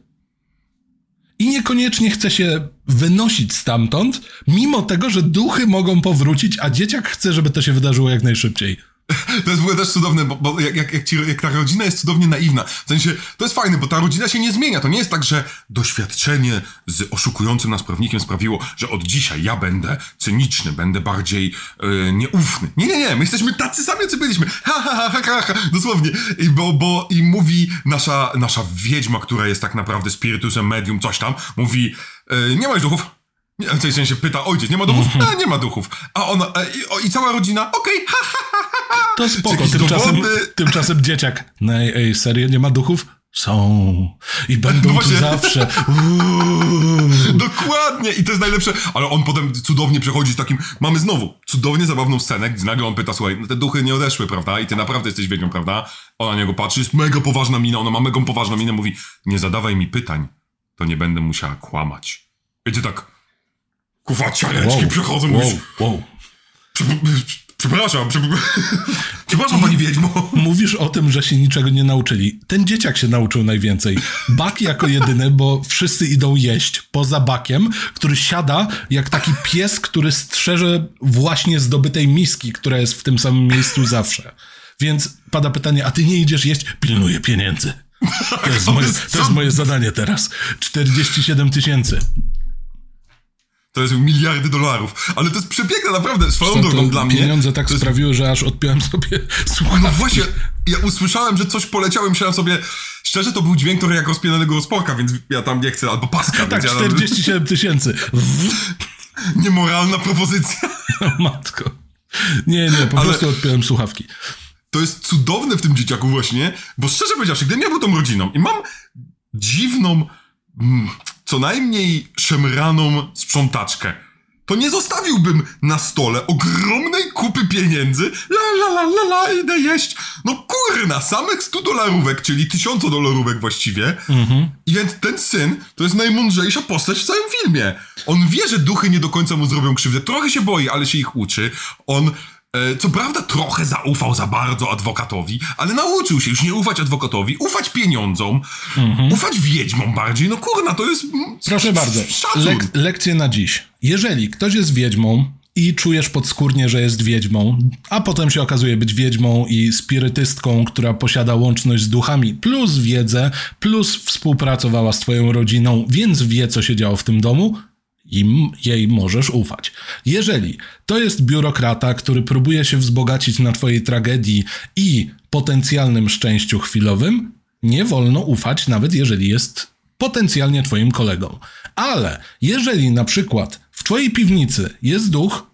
i niekoniecznie chce się wynosić stamtąd, mimo tego, że duchy mogą powrócić, a dzieciak chce, żeby to się wydarzyło jak najszybciej. To jest w ogóle też cudowne, bo, bo jak, jak, jak, ci, jak ta rodzina jest cudownie naiwna. W sensie, to jest fajne, bo ta rodzina się nie zmienia. To nie jest tak, że doświadczenie z oszukującym nas prawnikiem sprawiło, że od dzisiaj ja będę cyniczny, będę bardziej yy, nieufny. Nie, nie, nie, my jesteśmy tacy sami, jacy byliśmy. Ha, ha, ha, ha, ha, dosłownie. I, bo, bo, I mówi nasza, nasza wiedźma, która jest tak naprawdę spirytusem medium, coś tam, mówi, yy, nie ma już duchów. Nie, w sensie pyta ojciec, nie ma duchów? A, nie ma duchów. A ona, e, i, o, i cała rodzina, okej, okay, ha, ha, ha, ha. To spoko, tymczasem, tymczasem dzieciak. No ej, ej, serio, nie ma duchów? Są. I będą no tu zawsze. Uuu. Dokładnie. I to jest najlepsze. Ale on potem cudownie przechodzi z takim, mamy znowu cudownie zabawną scenę, gdzie nagle on pyta, słuchaj, no te duchy nie odeszły, prawda? I ty naprawdę jesteś wiedźmą, prawda? Ona na niego patrzy, jest mega poważna mina, ona ma mega poważną minę, mówi, nie zadawaj mi pytań, to nie będę musiała kłamać. Wiecie, tak, kuwa, ciareczki wow, przechodzą, wow, mówisz, wow. Przepraszam, przepraszam pani wiedźmo. Mówisz o tym, że się niczego nie nauczyli. Ten dzieciak się nauczył najwięcej. Bak jako jedyny, bo wszyscy idą jeść poza Bakiem, który siada jak taki pies, który strzeże właśnie zdobytej miski, która jest w tym samym miejscu zawsze. Więc pada pytanie, a ty nie idziesz jeść? Pilnuję pieniędzy. To jest moje, to jest moje zadanie teraz. czterdzieści siedem tysięcy. To jest miliardy dolarów. Ale to jest przepiękne, naprawdę. Swoją drogą dla mnie... Pieniądze tak jest... sprawiły, że aż odpiąłem sobie słuchawki. No właśnie, ja usłyszałem, że coś poleciało i myślałem sobie... Szczerze, to był dźwięk trochę jak rozpinanego rozporka, więc ja tam nie chcę, albo paska. Tak, ja czterdzieści siedem tysięcy. Niemoralna propozycja. No, matko. Nie, nie, po Ale... prostu odpiąłem słuchawki. To jest cudowne w tym dzieciaku właśnie, bo szczerze powiedziawszy, gdybym ja był tą rodziną i mam dziwną, co najmniej szemraną sprzątaczkę, to nie zostawiłbym na stole ogromnej kupy pieniędzy, la la la la la, idę jeść. No kurna, samych stu dolarówek, czyli tysiąca dolarówek właściwie. Mhm. I więc ten syn to jest najmądrzejsza postać w całym filmie. On wie, że duchy nie do końca mu zrobią krzywdę, trochę się boi, ale się ich uczy. On... Co prawda trochę zaufał za bardzo adwokatowi, ale nauczył się już nie ufać adwokatowi, ufać pieniądzom, mhm. ufać wiedźmom bardziej. No kurna, to jest... Proszę bardzo, Lek- lekcje na dziś. Jeżeli ktoś jest wiedźmą i czujesz podskórnie, że jest wiedźmą, a potem się okazuje być wiedźmą i spirytystką, która posiada łączność z duchami, plus wiedzę, plus współpracowała z twoją rodziną, więc wie, co się działo w tym domu, im jej możesz ufać. Jeżeli to jest biurokrata, który próbuje się wzbogacić na twojej tragedii i potencjalnym szczęściu chwilowym, nie wolno ufać, nawet jeżeli jest potencjalnie twoim kolegą. Ale jeżeli na przykład w twojej piwnicy jest duch,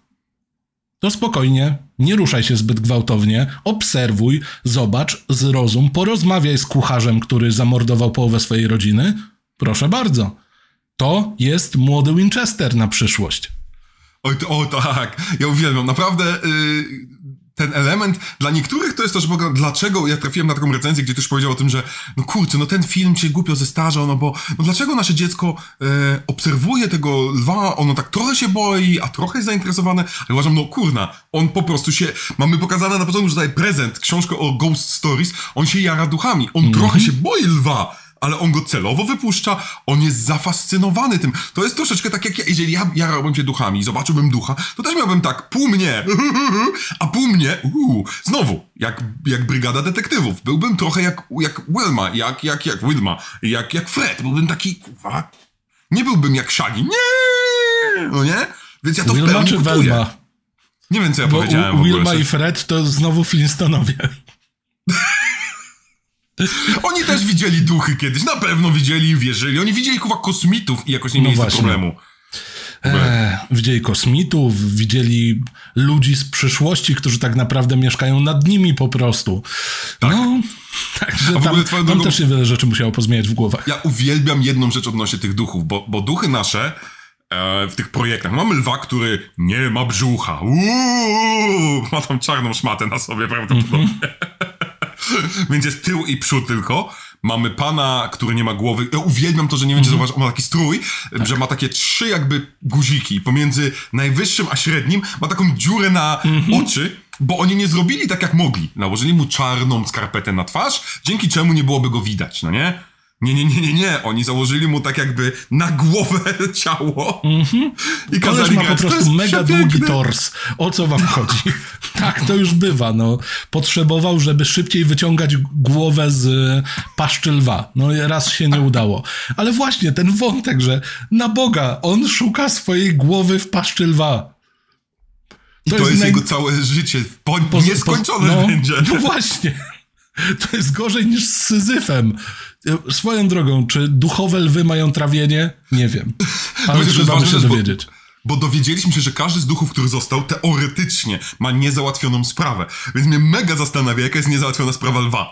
to spokojnie, nie ruszaj się zbyt gwałtownie, obserwuj, zobacz, zrozum, porozmawiaj z kucharzem, który zamordował połowę swojej rodziny. Proszę bardzo. To jest młody Winchester na przyszłość. Oj, to, o tak, ja uwielbiam. Naprawdę yy, ten element, dla niektórych to jest to, że dlaczego ja trafiłem na taką recenzję, gdzie ktoś powiedział o tym, że no kurczę, no ten film cię głupio zestarzał, no bo no dlaczego nasze dziecko yy, obserwuje tego lwa, ono tak trochę się boi, a trochę jest zainteresowane. Ja uważam, no kurna, on po prostu się, mamy pokazane na początku, że daje prezent, książkę o Ghost Stories, on się jara duchami, on mm-hmm. trochę się boi lwa. Ale on go celowo wypuszcza, on jest zafascynowany tym. To jest troszeczkę tak jak ja, jeżeli ja jarałbym się duchami i zobaczyłbym ducha, to też miałbym tak, pół mnie, a pół mnie, uu, znowu, jak, jak brygada detektywów. Byłbym trochę jak, jak Wilma, jak, jak, jak Wilma, jak, jak Fred. Byłbym taki, kurwa, nie byłbym jak Shaggy, nie, no nie? Więc ja to Wilma w pełni czy kupuję. Velma? Nie wiem, co ja Bo powiedziałem. U- Wilma i Fred to znowu Flintstonowie. Oni też widzieli duchy kiedyś, na pewno widzieli i wierzyli. Oni widzieli kuwa kosmitów i jakoś nie mieli no z tym problemu. Eee, widzieli kosmitów, widzieli ludzi z przyszłości, którzy tak naprawdę mieszkają nad nimi po prostu. Tak. No, także A w tam, ogóle twoją tam drogą... też się wiele rzeczy musiało pozmieniać w głowach. Ja uwielbiam jedną rzecz odnośnie tych duchów, bo, bo duchy nasze e, w tych projektach, mamy lwa, który nie ma brzucha. Uuu, ma tam czarną szmatę na sobie prawdopodobnie. Mm-hmm. Więc jest tył i przód tylko. Mamy pana, który nie ma głowy. Ja uwielbiam to, że nie wiem, czy mm-hmm. zauważysz, on ma taki strój, tak. że ma takie trzy jakby guziki. Pomiędzy najwyższym a średnim ma taką dziurę na mm-hmm. oczy, bo oni nie zrobili tak, jak mogli. Nałożyli mu czarną skarpetę na twarz, dzięki czemu nie byłoby go widać, no nie? Nie, nie, nie, nie, nie. Oni założyli mu tak jakby na głowę ciało mm-hmm. i kazali ma grać. po prostu mega przepiękne. długi tors. O co wam chodzi? Tak, to już bywa, no. Potrzebował, żeby szybciej wyciągać głowę z paszczy lwa. No raz się nie udało. Ale właśnie ten wątek, że na Boga, on szuka swojej głowy w paszczy lwa. To, to jest, jest naj... jego całe życie. Po... Po... Nieskończone po... no, będzie. No właśnie. To jest gorzej niż z Syzyfem. Swoją drogą, czy duchowe lwy mają trawienie? Nie wiem. Ale trzeba by się dowiedzieć. Bo, bo dowiedzieliśmy się, że każdy z duchów, który został, teoretycznie ma niezałatwioną sprawę. Więc mnie mega zastanawia, jaka jest niezałatwiona sprawa lwa.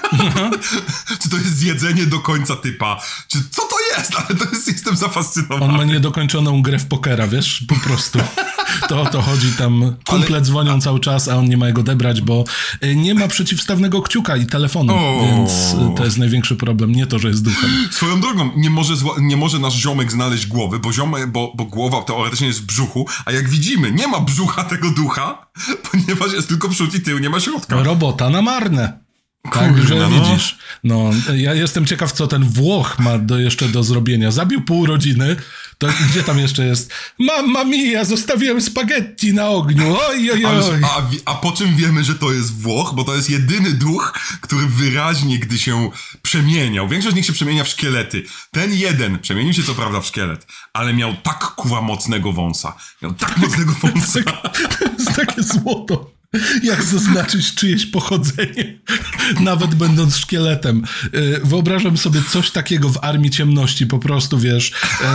Czy to jest zjedzenie do końca typa? Czy co to jest? Ale to jest, jestem zafascynowany. On ma niedokończoną grę w pokera, wiesz? Po prostu. To o to chodzi, tam kumple Ale... dzwonią cały czas, a on nie ma jego odebrać, bo nie ma przeciwstawnego kciuka i telefonu, o... więc to jest największy problem, nie to, że jest duchem. Swoją drogą, nie może, zła... nie może nasz ziomek znaleźć głowy, bo, ziomek, bo, bo głowa teoretycznie jest w brzuchu, a jak widzimy, nie ma brzucha tego ducha, ponieważ jest tylko przód i tył, nie ma środka. Robota na marne. Także no. widzisz, no ja jestem ciekaw, co ten Włoch ma do, jeszcze do zrobienia. Zabił pół rodziny, to gdzie tam jeszcze jest? Mamma mia, zostawiłem spaghetti na ogniu, oj, oj, oj. A, a po czym wiemy, że to jest Włoch? Bo to jest jedyny duch, który wyraźnie, gdy się przemieniał. Większość z nich się przemienia w szkielety. Ten jeden przemienił się co prawda w szkielet, ale miał tak kuwa mocnego wąsa. Miał tak mocnego wąsa. To jest takie złoto. Jak zaznaczyć czyjeś pochodzenie, nawet będąc szkieletem. Wyobrażam sobie coś takiego w Armii Ciemności, po prostu, wiesz,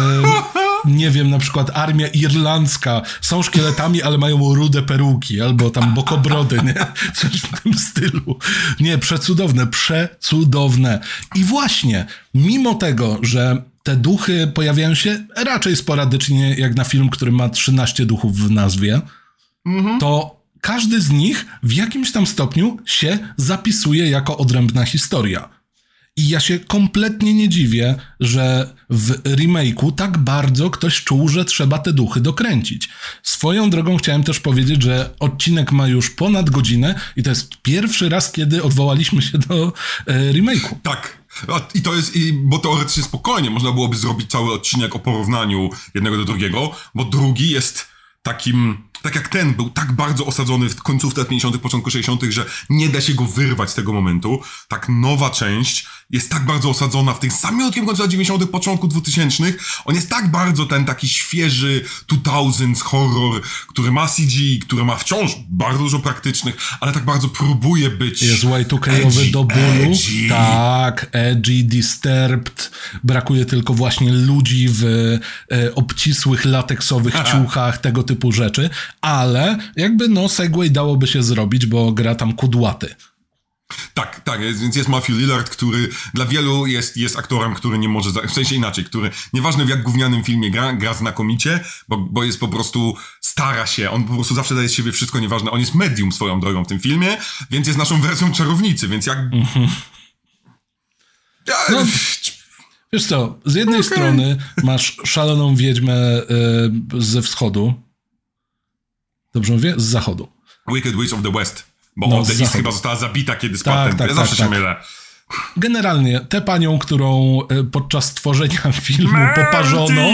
nie wiem, na przykład Armia Irlandzka, są szkieletami, ale mają rude peruki, albo tam bokobrody, nie? Coś w tym stylu. Nie, przecudowne, przecudowne. I właśnie, mimo tego, że te duchy pojawiają się raczej sporadycznie, jak na film, który ma trzynaście duchów w nazwie, mhm. to każdy z nich w jakimś tam stopniu się zapisuje jako odrębna historia. I ja się kompletnie nie dziwię, że w remake'u tak bardzo ktoś czuł, że trzeba te duchy dokręcić. Swoją drogą chciałem też powiedzieć, że odcinek ma już ponad godzinę i to jest pierwszy raz, kiedy odwołaliśmy się do e, remake'u. Tak. I to jest, i, bo teoretycznie spokojnie można byłoby zrobić cały odcinek o porównaniu jednego do drugiego, bo drugi jest takim... Tak jak ten był tak bardzo osadzony w końcówce lat pięćdziesiątych, początku sześćdziesiątych, że nie da się go wyrwać z tego momentu. Tak nowa część jest tak bardzo osadzona w tym samym końcu lat dziewięćdziesiątych, początku dwutysięcznych. On jest tak bardzo ten taki świeży dwa tysiące horror, który ma C G, który ma wciąż bardzo dużo praktycznych, ale tak bardzo próbuje być jest Y dwa K-owy do bólu. Edgy. Tak, edgy, disturbed. Brakuje tylko właśnie ludzi w e, obcisłych, lateksowych ciuchach, tego typu rzeczy. Ale jakby no segway dałoby się zrobić, bo gra tam kudłaty. Tak, tak, więc jest Matthew Lillard, który dla wielu jest, jest aktorem, który nie może, w sensie inaczej, który nieważne w jak gównianym filmie gra, gra znakomicie, bo, bo jest po prostu, stara się, on po prostu zawsze daje z siebie wszystko, nieważne, on jest medium swoją drogą w tym filmie, więc jest naszą wersją czarownicy, więc jak... Mhm. Ja... No. Wiesz co, z jednej okay. strony masz szaloną wiedźmę y, ze wschodu. Dobrze mówię? Z zachodu. Wicked Witch of the West. Bo no, of the East chyba została zabita, kiedy spadł tak, ten... tak, ja zawsze tak, się tak. mylę. Generalnie, tę panią, którą podczas tworzenia filmu poparzono,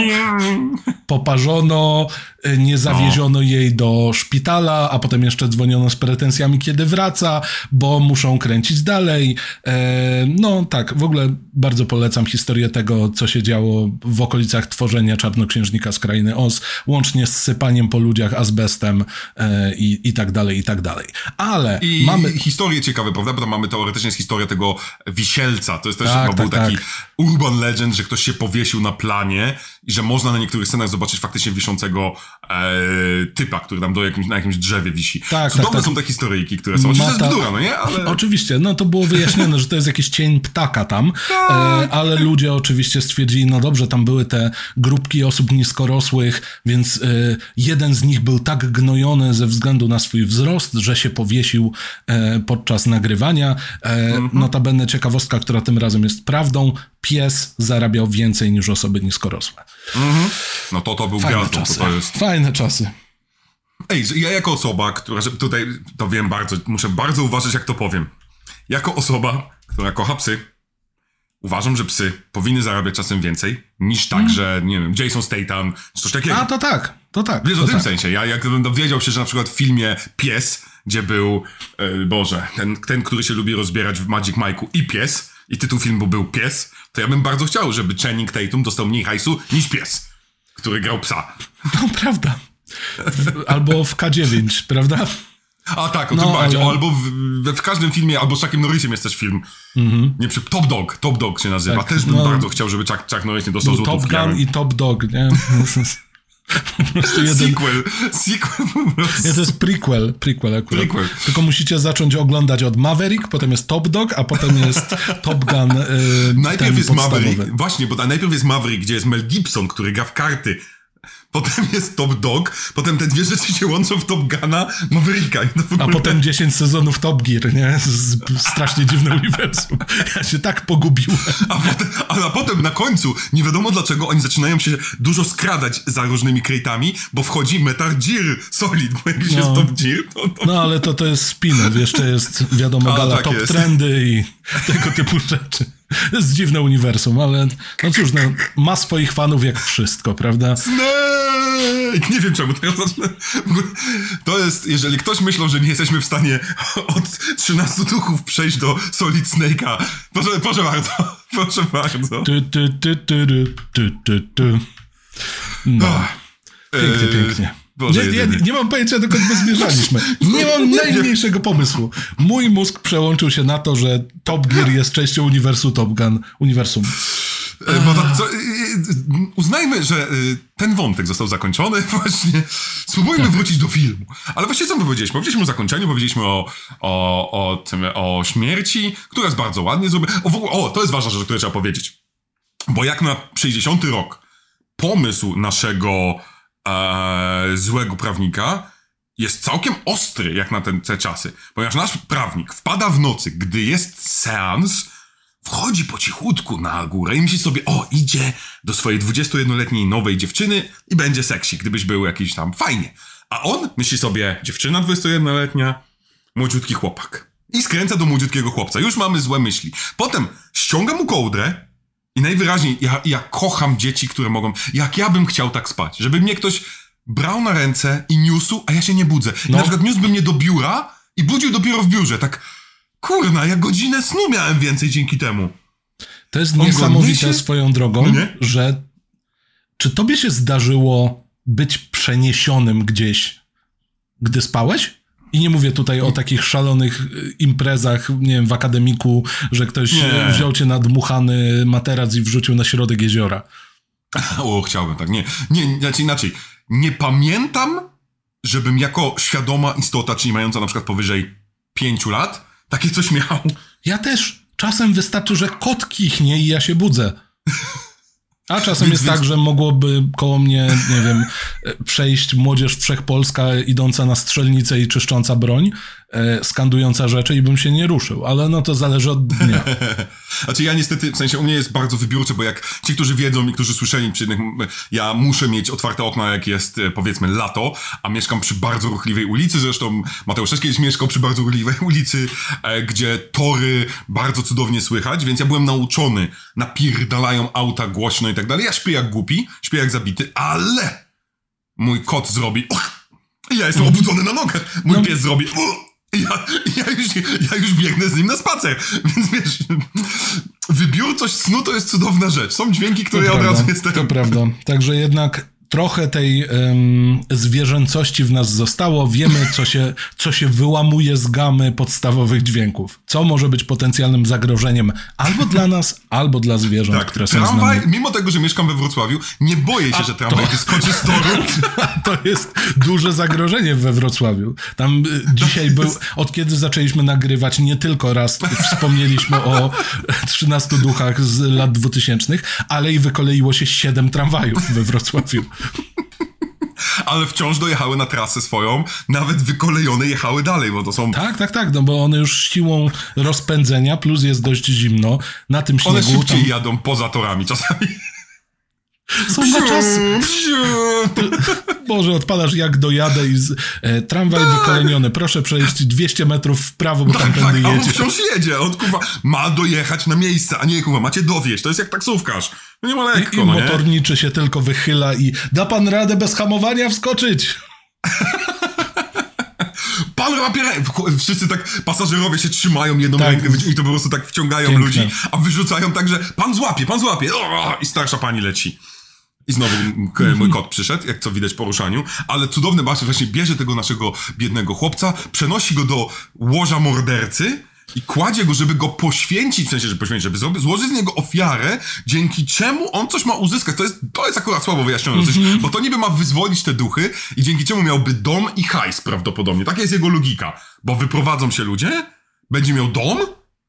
poparzono, nie zawieziono no. jej do szpitala, a potem jeszcze dzwoniono z pretensjami, kiedy wraca, bo muszą kręcić dalej. No tak, w ogóle bardzo polecam historię tego, co się działo w okolicach tworzenia Czarnoksiężnika z Krainy Oz, łącznie z sypaniem po ludziach azbestem i, i tak dalej, i tak dalej. Ale I mamy... historie ciekawe, prawda? Bo tam mamy teoretycznie historię tego wisielca. To jest też tak, chyba był tak, taki tak. urban legend, że ktoś się powiesił na planie i że można na niektórych scenach zobaczyć faktycznie wiszącego e, typa, który tam do jakimś, na jakimś drzewie wisi. Tak, Cudowne tak, tak. są te historyjki, które są. Oczywiście to jest bzdura, no nie? Ale... Oczywiście, no to było wyjaśnione, że to jest jakiś cień ptaka tam, e, ale ludzie oczywiście stwierdzili, no dobrze, tam były te grupki osób niskorosłych, więc e, jeden z nich był tak gnojony ze względu na swój wzrost, że się powiesił e, podczas nagrywania. E, mm-hmm. Notabene ciekawostka, która tym razem jest prawdą, pies zarabiał więcej niż osoby niskorosłe. Mm-hmm. No to to był Fajne gwiazdą. czasy. To to jest... Fajne czasy. Ej, ja jako osoba, która, że tutaj to wiem bardzo, muszę bardzo uważać, jak to powiem. Jako osoba, która kocha psy, uważam, że psy powinny zarabiać czasem więcej, niż tak, mm. że, nie wiem, Jason Statham, czy coś takiego. A, to tak, to tak. Wiesz, to o tym tak. sensie. Ja jak dowiedział się, że na przykład w filmie Pies, gdzie był, e, Boże, ten, ten, który się lubi rozbierać w Magic Mike'u i Pies, i tytuł filmu był Pies, to ja bym bardzo chciał, żeby Channing Tatum dostał mniej hajsu niż Pies, który grał psa. No, prawda. W, albo w K dziewięć, prawda? A tak, o no, tym bardziej. ale... Albo w, w każdym filmie, albo z Chuckiem Norrisem jest też film. Mm-hmm. Nie, przy, Top Dog, Top Dog się nazywa. Tak, też bym no, bardzo chciał, żeby Chuck, Chuck Norris nie dostał no, złotówki. Top Gun ale... i Top Dog, nie? Po prostu jeden... Sequel, sequel po prostu. Nie, to jest prequel, prequel akurat. Prequel. Tylko musicie zacząć oglądać od Maverick, potem jest Top Dog, a potem jest Top Gun yy, Najpierw jest podstawowy. Maverick, właśnie, bo najpierw jest Maverick, gdzie jest Mel Gibson, który gra w karty. potem jest Top Dog, potem te dwie rzeczy się łączą w Top Guna Mavericka. I to w ogóle... A potem dziesięć sezonów Top Gear, nie? Z, z strasznie dziwne uniwersum. Ja się tak pogubiłem. A potem, a potem na końcu, nie wiadomo dlaczego, oni zaczynają się dużo skradać za różnymi crate'ami, bo wchodzi Metal Gear Solid, bo jak już No. jest Top Gear, to... to... No ale to to jest spin-off. Jeszcze jest, wiadomo, A, gala tak Top jest. Trendy i tego typu rzeczy. To jest dziwne uniwersum, ale no cóż, no, ma swoich fanów jak wszystko, prawda? Snake! Nie wiem czemu teraz zacznę. To jest, jeżeli ktoś myślał, że nie jesteśmy w stanie od trzynastu duchów przejść do Solid Snake'a, proszę, proszę bardzo, proszę bardzo. Tu, tu, tu, tu, tu, tu, tu. No. Pięknie, Eee, pięknie. Boże Nie, nie, jedyny. nie mam pojęcia, dokąd my zmierzaliśmy. Nie mam najmniejszego pomysłu. Mój mózg przełączył się na to, że Top Gear jest częścią uniwersum Top Gun. Uniwersum. E, Bo to, co, e, e, uznajmy, że e, ten wątek został zakończony właśnie. Spróbujmy Tak. wrócić do filmu. Ale właściwie co my powiedzieliśmy? Powiedzieliśmy o zakończeniu, powiedzieliśmy o, o, o, tym, o śmierci, która jest bardzo ładnie zrobiona. O, w ogóle, o, to jest ważna rzecz, o której trzeba powiedzieć. Bo jak na sześćdziesiąty rok pomysł naszego e, złego prawnika jest całkiem ostry, jak na ten, te czasy. Ponieważ nasz prawnik wpada w nocy, gdy jest seans, wchodzi po cichutku na górę i myśli sobie, o, idzie do swojej dwudziestojednoletniej nowej dziewczyny i będzie seksy, gdybyś był jakiś tam fajnie. A on myśli sobie, dziewczyna dwudziestojednoletnia, młodziutki chłopak. I skręca do młodziutkiego chłopca. Już mamy złe myśli. Potem ściąga mu kołdrę i najwyraźniej, ja, ja kocham dzieci, które mogą, jak ja bym chciał tak spać, żeby mnie ktoś brał na ręce i niósł, a ja się nie budzę. I No. na przykład niósłby mnie do biura i budził dopiero w biurze, tak... Kurna, ja godzinę snu miałem więcej dzięki temu. To jest On go niesamowite niesie? swoją drogą, No nie? że czy tobie się zdarzyło być przeniesionym gdzieś, gdy spałeś? I nie mówię tutaj o takich szalonych y, imprezach, nie wiem, w akademiku, że ktoś Nie. wziął cię na dmuchany materac i wrzucił na środek jeziora. O, chciałbym tak. Nie, nie, znaczy inaczej. Nie pamiętam, żebym jako świadoma istota, czyli mająca na przykład powyżej pięciu lat, takie coś miał. Ja też. Czasem wystarczy, że kot kichnie i ja się budzę. A czasem Więc- jest więc- tak, że mogłoby koło mnie, nie wiem, e, przejść młodzież wszechpolska idąca na strzelnicę i czyszcząca broń, e, skandująca rzeczy i bym się nie ruszył. Ale no to zależy od dnia. Znaczy ja niestety, w sensie u mnie jest bardzo wybiórcze, bo jak ci, którzy wiedzą i którzy słyszeli przy innych, ja muszę mieć otwarte okna, jak jest e, powiedzmy lato, a mieszkam przy bardzo ruchliwej ulicy, zresztą Mateusz też kiedyś mieszkał przy bardzo ruchliwej ulicy, e, gdzie tory bardzo cudownie słychać, więc ja byłem nauczony, napierdalają auta głośno i tak dalej. Ja śpię jak głupi, śpię jak zabity, ale mój kot zrobi och, i ja jestem obudzony na nogach. Mój No. pies zrobi uh, i ja, ja, już, ja już biegnę z nim na spacer. Więc wiesz, wybiórczość snu to jest cudowna rzecz. Są dźwięki, które ja od prawda, razu jestem... To prawda. Także jednak trochę tej em, zwierzęcości w nas zostało. Wiemy, co się, co się wyłamuje z gamy podstawowych dźwięków. Co może być potencjalnym zagrożeniem albo dla nas, albo dla zwierząt, Tak, które są z tramwaj, nami. mimo tego, że mieszkam we Wrocławiu, nie boję się, A że tramwaj to- wyskoczy z toru. To jest duże zagrożenie we Wrocławiu. Tam y, dzisiaj był, od kiedy zaczęliśmy nagrywać, nie tylko raz wspomnieliśmy o trzynastu duchach z lat dwutysięcznych, ale i wykoleiło się siedem tramwajów we Wrocławiu. Ale wciąż dojechały na trasę swoją, nawet wykolejone jechały dalej, bo to są... Tak, tak, tak, no bo one już siłą rozpędzenia, plus jest dość zimno, na tym One śniegu szybciej tam jadą poza torami czasami. są na czas. Boże, odpalasz jak dojadę i z, e, tramwaj wykoleniony, proszę przejść dwieście metrów w prawo, bo Tak, tam tak, tędy a on jedzie. wciąż jedzie. On kurwa ma dojechać na miejsce, a nie kurwa macie dowieźć. To jest jak taksówkarz. No nie ma I, lekko, I no nie? motorniczy się tylko wychyla i da pan radę bez hamowania wskoczyć? Pan łapie rękę. Wszyscy tak, pasażerowie się trzymają jedną Tak. rękę i to po prostu tak wciągają Piękne. ludzi, a wyrzucają tak, że pan złapie, pan złapie. O, i starsza pani leci. I znowu k- mój kot przyszedł, jak co widać po ruszaniu, ale cudowny Basiu właśnie bierze tego naszego biednego chłopca, przenosi go do łoża mordercy i kładzie go, żeby go poświęcić, w sensie, że poświęcić, żeby zrobić, złożyć z niego ofiarę, dzięki czemu on coś ma uzyskać. To jest, to jest akurat słabo wyjaśnione, mm-hmm. bo to niby ma wyzwolić te duchy i dzięki czemu miałby dom i hajs prawdopodobnie. Taka jest jego logika, bo wyprowadzą się ludzie, będzie miał dom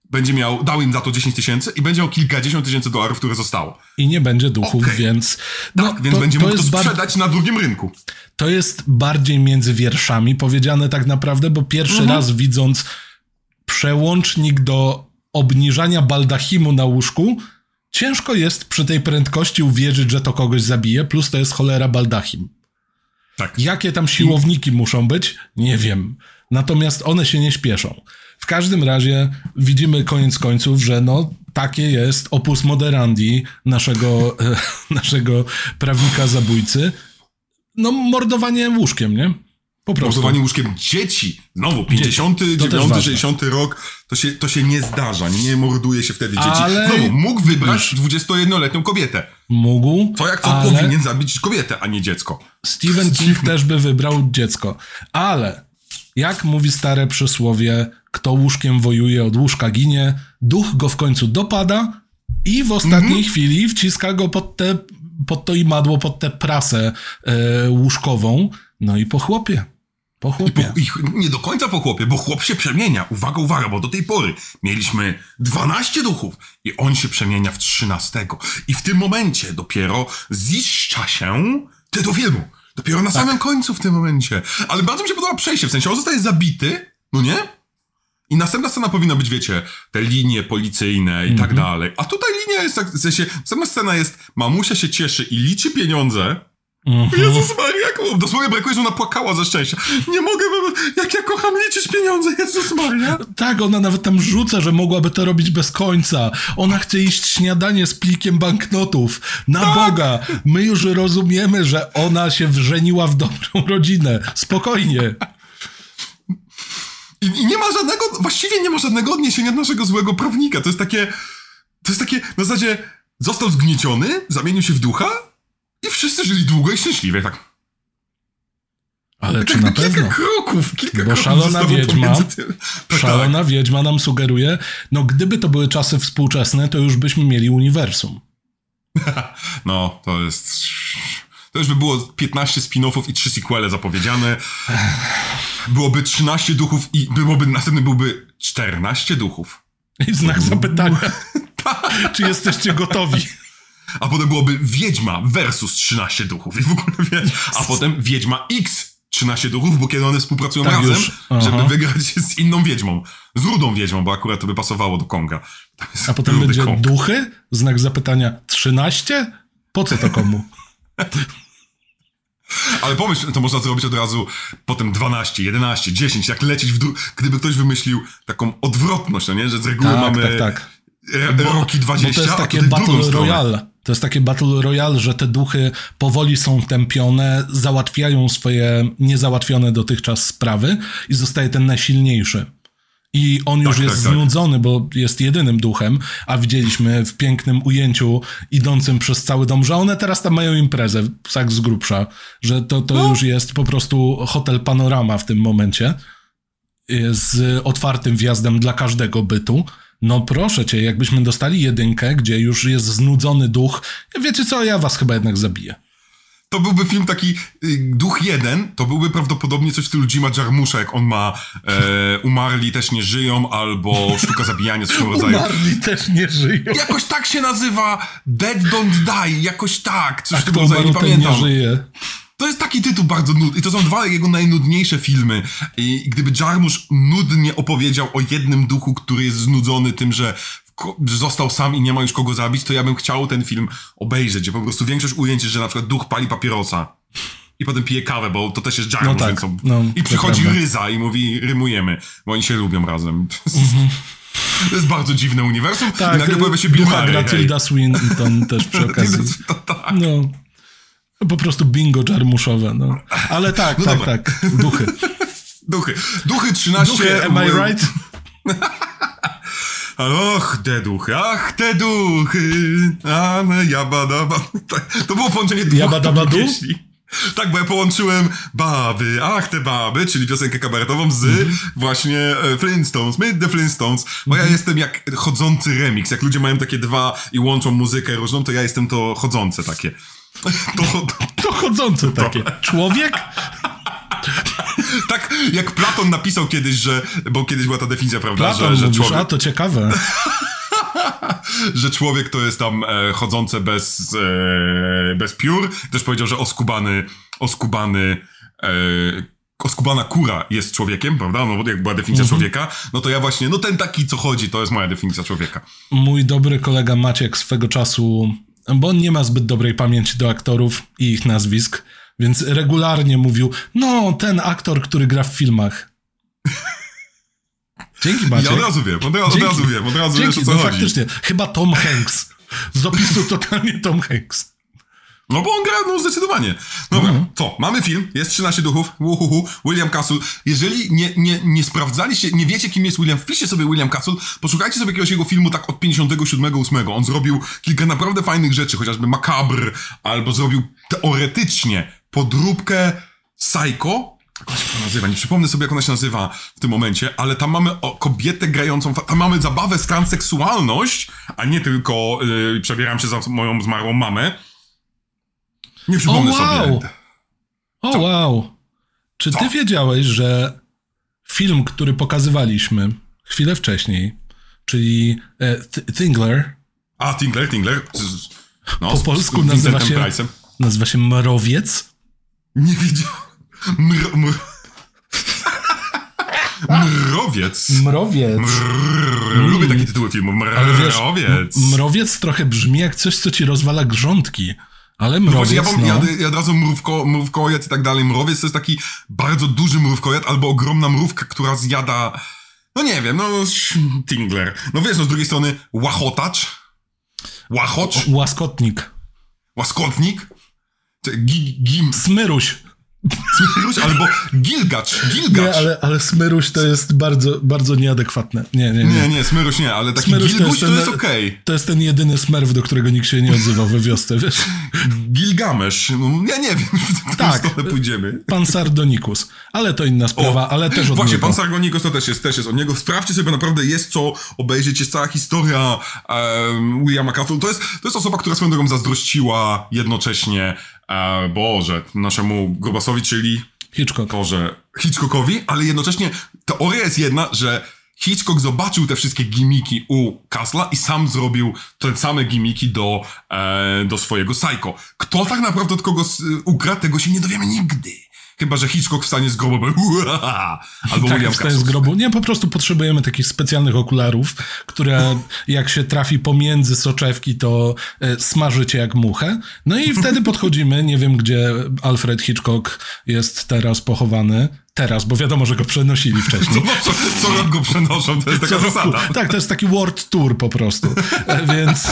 będzie miał, dał im za to dziesięć tysięcy i będzie miał kilkadziesiąt tysięcy dolarów, które zostało. I nie będzie duchów, okay. więc... No, tak, więc to, będzie to mógł to sprzedać bar... na drugim rynku. To jest bardziej między wierszami powiedziane tak naprawdę, bo pierwszy mhm. raz widząc przełącznik do obniżania baldachimu na łóżku, ciężko jest przy tej prędkości uwierzyć, że to kogoś zabije, plus to jest cholera baldachim. Tak. Jakie tam siłowniki muszą być? Nie wiem. Natomiast one się nie śpieszą. W każdym razie widzimy koniec końców, że no takie jest opus moderandi naszego, e, naszego prawnika zabójcy. No mordowanie łóżkiem, nie? Po prostu. Mordowanie łóżkiem dzieci. Znowu, pięćdziesiąty dziewiąty, sześćdziesiąty rok, to się, to się nie zdarza. Nie morduje się wtedy dzieci. Ale... Znowu, mógł wybrać dwudziestojednoletnią kobietę. Mógł. To jak to ale... powinien zabić kobietę, a nie dziecko. Stephen King też by wybrał dziecko. Ale, jak mówi stare przysłowie, kto łóżkiem wojuje, od łóżka ginie, duch go w końcu dopada i w ostatniej mm-hmm. chwili wciska go pod, te, pod to imadło, pod tę prasę e, łóżkową. No i po chłopie. Po chłopie. I po, i nie do końca po chłopie, bo chłop się przemienia. Uwaga, uwaga, bo do tej pory mieliśmy dwanaście duchów i on się przemienia w trzynastego. I w tym momencie dopiero ziszcza się ty do filmu. Dopiero na tak. samym końcu w tym momencie. Ale bardzo mi się podoba przejście, w sensie on zostaje zabity, no nie? I następna scena powinna być, wiecie, te linie policyjne i mm-hmm. tak dalej. A tutaj linia jest tak, w sensie, następna scena jest, mamusia się cieszy i liczy pieniądze. Mm-hmm. Jezus Maria, jak dosłownie brakuje, że ona płakała ze szczęścia. Nie mogę, jak ja kocham liczyć pieniądze, Jezus Maria. Tak, ona nawet tam rzuca, że mogłaby to robić bez końca. Ona chce iść śniadanie z plikiem banknotów. Na tak. Boga, my już rozumiemy, że ona się wrzeniła w dobrą rodzinę. Spokojnie. I, I nie ma żadnego, właściwie nie ma żadnego odniesienia do naszego złego prawnika. To jest takie, to jest takie, na zasadzie został zgnieciony, zamienił się w ducha i wszyscy żyli długo i szczęśliwie, tak. Ale tak, czy na kilka pewno? kroków, kilka Bo kroków szalona wiedźma, tak, szalona tak. wiedźma nam sugeruje, no gdyby to były czasy współczesne, to już byśmy mieli uniwersum. No, to jest... To już by było piętnaście spin-offów i trzy sequele zapowiedziane. Byłoby trzynaście duchów i byłoby, następny byłby czternaście duchów. I znak zapytania. Czy jesteście gotowi? A potem byłoby Wiedźma versus trzynaście duchów. I w ogóle wiesz, a potem Wiedźma X trzynaście duchów, bo kiedy one współpracują tak razem, żeby wygrać z inną Wiedźmą. Z rudą Wiedźmą, bo akurat to by pasowało do Konga. A potem będzie Kong. duchy? Znak zapytania trzynaście? Po co to komu? Ale pomyśl, to można zrobić od razu potem dwanaście, jedenaście, dziesięć, jak lecieć w dół. Gdyby ktoś wymyślił taką odwrotność, no nie? Że z reguły tak, mamy tak, tak. Bo, roki dwadzieścia, bo to jest takie a Battle Royale. To jest takie Battle Royale, że te duchy powoli są tępione, załatwiają swoje niezałatwione dotychczas sprawy i zostaje ten najsilniejszy. I on już tak, jest tak, znudzony, tak. bo jest jedynym duchem, a widzieliśmy w pięknym ujęciu idącym przez cały dom, że one teraz tam mają imprezę, tak z grubsza, że to, to no. już jest po prostu hotel panorama w tym momencie z otwartym wjazdem dla każdego bytu. No proszę cię, jakbyśmy dostali jedynkę, gdzie już jest znudzony duch, wiecie co, ja was chyba jednak zabiję. To byłby film taki, y, Duch jeden, to byłby prawdopodobnie coś w stylu Jima Jarmusza, jak on ma e, Umarli też nie żyją, albo Sztuka zabijania, coś w tym rodzaju. Umarli też nie żyją. Jakoś tak się nazywa, Dead Don't Die, jakoś tak, coś A w tym rodzaju, nie pamiętam. Nie żyje. To jest taki tytuł bardzo nudny i to są dwa jego najnudniejsze filmy. I gdyby Jarmusz nudnie opowiedział o jednym duchu, który jest znudzony tym, że został sam i nie ma już kogo zabić, to ja bym chciał ten film obejrzeć, gdzie po prostu większość ujęć jest, że na przykład duch pali papierosa i potem pije kawę, bo to też jest Jarmusz, no tak, więc on... no, i przychodzi Ryza i mówi, rymujemy, bo oni się lubią razem. Mm-hmm. To jest bardzo dziwne uniwersum. Tak, i nagle pojawia się ducha gra Tilda Swinton też przy okazji. to, tak. No. Po prostu bingo Jarmuszowe, no. Ale tak, no tak, dobra. tak. Duchy. Duchy. Duchy trzynaście... Duchy, am I right? Och, te duchy, ach, te duchy, ale jabadaba. To było połączenie dwóch pieśni. Tak, bo ja połączyłem baby, ach te baby, czyli piosenkę kabaretową z mm-hmm. właśnie Flintstones, Meet the Flintstones, bo mm-hmm. ja jestem jak chodzący remix, jak ludzie mają takie dwa i łączą muzykę różną, to ja jestem to chodzące takie. To, to, to chodzące takie. Człowiek? Tak jak Platon napisał kiedyś, że, bo kiedyś była ta definicja, prawda, Platon że, że mówisz, człowiek... a to ciekawe. że człowiek to jest tam e, chodzące bez, e, bez piór. Też powiedział, że oskubany, oskubany, e, oskubana kura jest człowiekiem, prawda? No bo jak była definicja mhm. człowieka, no to ja właśnie, no ten taki, co chodzi, to jest moja definicja człowieka. Mój dobry kolega Maciek swego czasu, bo on nie ma zbyt dobrej pamięci do aktorów i ich nazwisk, więc regularnie mówił, no ten aktor, który gra w filmach. Dzięki, Maciek. Ja od razu wiem, od, od razu wiem, od razu Dzięki, wiesz, o co no chodzi. faktycznie, chyba Tom Hanks. Z opisu totalnie Tom Hanks. No bo on gra, no zdecydowanie. Dobra, Mhm. co? Mamy film, jest trzynaście duchów, uhuhu, William Castle. Jeżeli nie, nie, nie sprawdzaliście, nie wiecie kim jest William, wpiszcie sobie William Castle, poszukajcie sobie jakiegoś jego filmu tak od pięćdziesiątego siódmego ósmego. On zrobił kilka naprawdę fajnych rzeczy, chociażby Macabre, albo zrobił teoretycznie podróbkę Psycho. Jak ona się to nazywa? Nie przypomnę sobie, jak ona się nazywa w tym momencie, ale tam mamy o, kobietę grającą, tam mamy zabawę z transseksualność, a nie tylko yy, przebieram się za moją zmarłą mamę. Nie przypomnę O, wow. sobie. O Co? wow. Czy Co? ty wiedziałeś, że film, który pokazywaliśmy chwilę wcześniej, czyli e, Th- Thingler, A, Tingler, Tingler. Z- No, po z- polsku z nazywa Vincentem się, Price'em. nazywa się Mrowiec? Nie wiedziałem. Mr, mr... Mrowiec. Mrowiec. Mrrr, lubię takie tytuły filmów. Ale wiesz, Mrowiec. m- mrowiec trochę brzmi jak coś, co ci rozwala grządki. Ale No właśnie, mrowiec, ja, no, wam, ja, ja od razu mrówko, mrówkojad i tak dalej. Mrowiec to jest taki bardzo duży mrówkojad albo ogromna mrówka, która zjada... No nie wiem, no... Tingler. No wiesz, no z drugiej strony łachotacz. Łachocz. łaskotnik. Łaskotnik. Czy gi- Gim... Smyruś. Smyruś albo Gilgacz. Gilgacz. Nie, ale, ale Smyruś to jest bardzo, bardzo nieadekwatne. Nie, nie, nie. Nie, nie, Smyruś nie, ale taki Smyruś Gilguś to ten- jest okej. Okay. To jest ten jedyny smerw, do którego nikt się nie odzywał we wiosce, wiesz? Gilgamesz. No, ja nie wiem, w którą Tak. stronę pójdziemy. Pan Sardonikus. Ale to inna sprawa, O, ale też od Właśnie, niego. pan Sargonikos to też jest, też jest od niego. Sprawdźcie sobie, naprawdę jest co obejrzeć. Jest cała historia um, Williama Castle. To jest, to jest osoba, która swoją drogą zazdrościła jednocześnie, e, Boże, naszemu Grubasowi, czyli Hitchcock. Boże, Hitchcockowi, ale jednocześnie teoria jest jedna, że Hitchcock zobaczył te wszystkie gimiki u Castle'a i sam zrobił te same gimiki do, e, do swojego Psycho. Kto tak naprawdę od kogo s- ukradł, tego się nie dowiemy nigdy. Chyba że Hitchcock wstanie z grobu, bo albo Tak, William wstaje z Castle. grobu. Nie, po prostu potrzebujemy takich specjalnych okularów, które jak się trafi pomiędzy soczewki, to e, smażycie jak muchę. No i wtedy podchodzimy, nie wiem gdzie Alfred Hitchcock jest teraz pochowany. Teraz, bo wiadomo, że go przenosili wcześniej. No, co, co rok go przenoszą, to jest taka Co roku. zasada. Tak, to jest taki world tour po prostu. E, Więc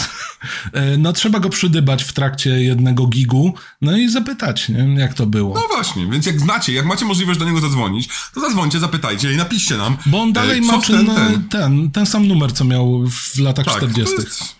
e, no trzeba go przydybać w trakcie jednego gigu, no i zapytać, nie, jak to było. No właśnie, więc jak znacie, jak macie możliwość do niego zadzwonić, to zadzwońcie, zapytajcie i napiszcie nam. Bo on dalej e, ma co czynny, ten, ten, ten, ten sam numer, co miał w latach Tak, czterdziestych. to jest-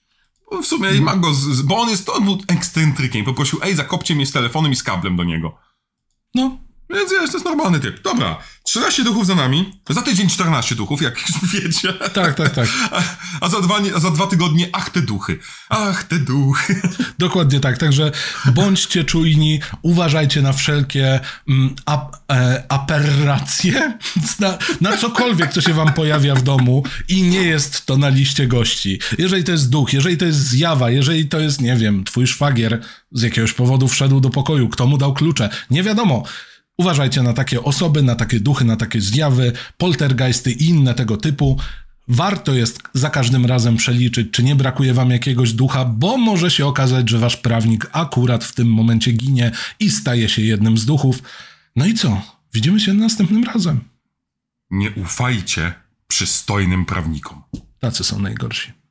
bo w sumie ma go, z, bo on jest, on był ekscentrykiem. Poprosił, ej, zakopcie mnie z telefonem i z kablem do niego. No, Więc wiesz, to jest normalny typ. Dobra, trzynaście duchów za nami. Za tydzień czternaście duchów, jak już wiecie. tak, tak, tak. A, a, za dwa, nie- a za dwa tygodnie, ach te duchy. Ach te duchy. Dokładnie tak. Także bądźcie czujni, uważajcie na wszelkie mm, ap, e, aberracje, na, na cokolwiek, co się wam pojawia w domu i nie jest to na liście gości. Jeżeli to jest duch, jeżeli to jest zjawa, jeżeli to jest, nie wiem, twój szwagier z jakiegoś powodu wszedł do pokoju, kto mu dał klucze, nie wiadomo. Uważajcie na takie osoby, na takie duchy, na takie zjawy, poltergeisty i inne tego typu. Warto jest za każdym razem przeliczyć, czy nie brakuje wam jakiegoś ducha, bo może się okazać, że wasz prawnik akurat w tym momencie ginie i staje się jednym z duchów. No i co? Widzimy się następnym razem. Nie ufajcie przystojnym prawnikom. Tacy są najgorsi.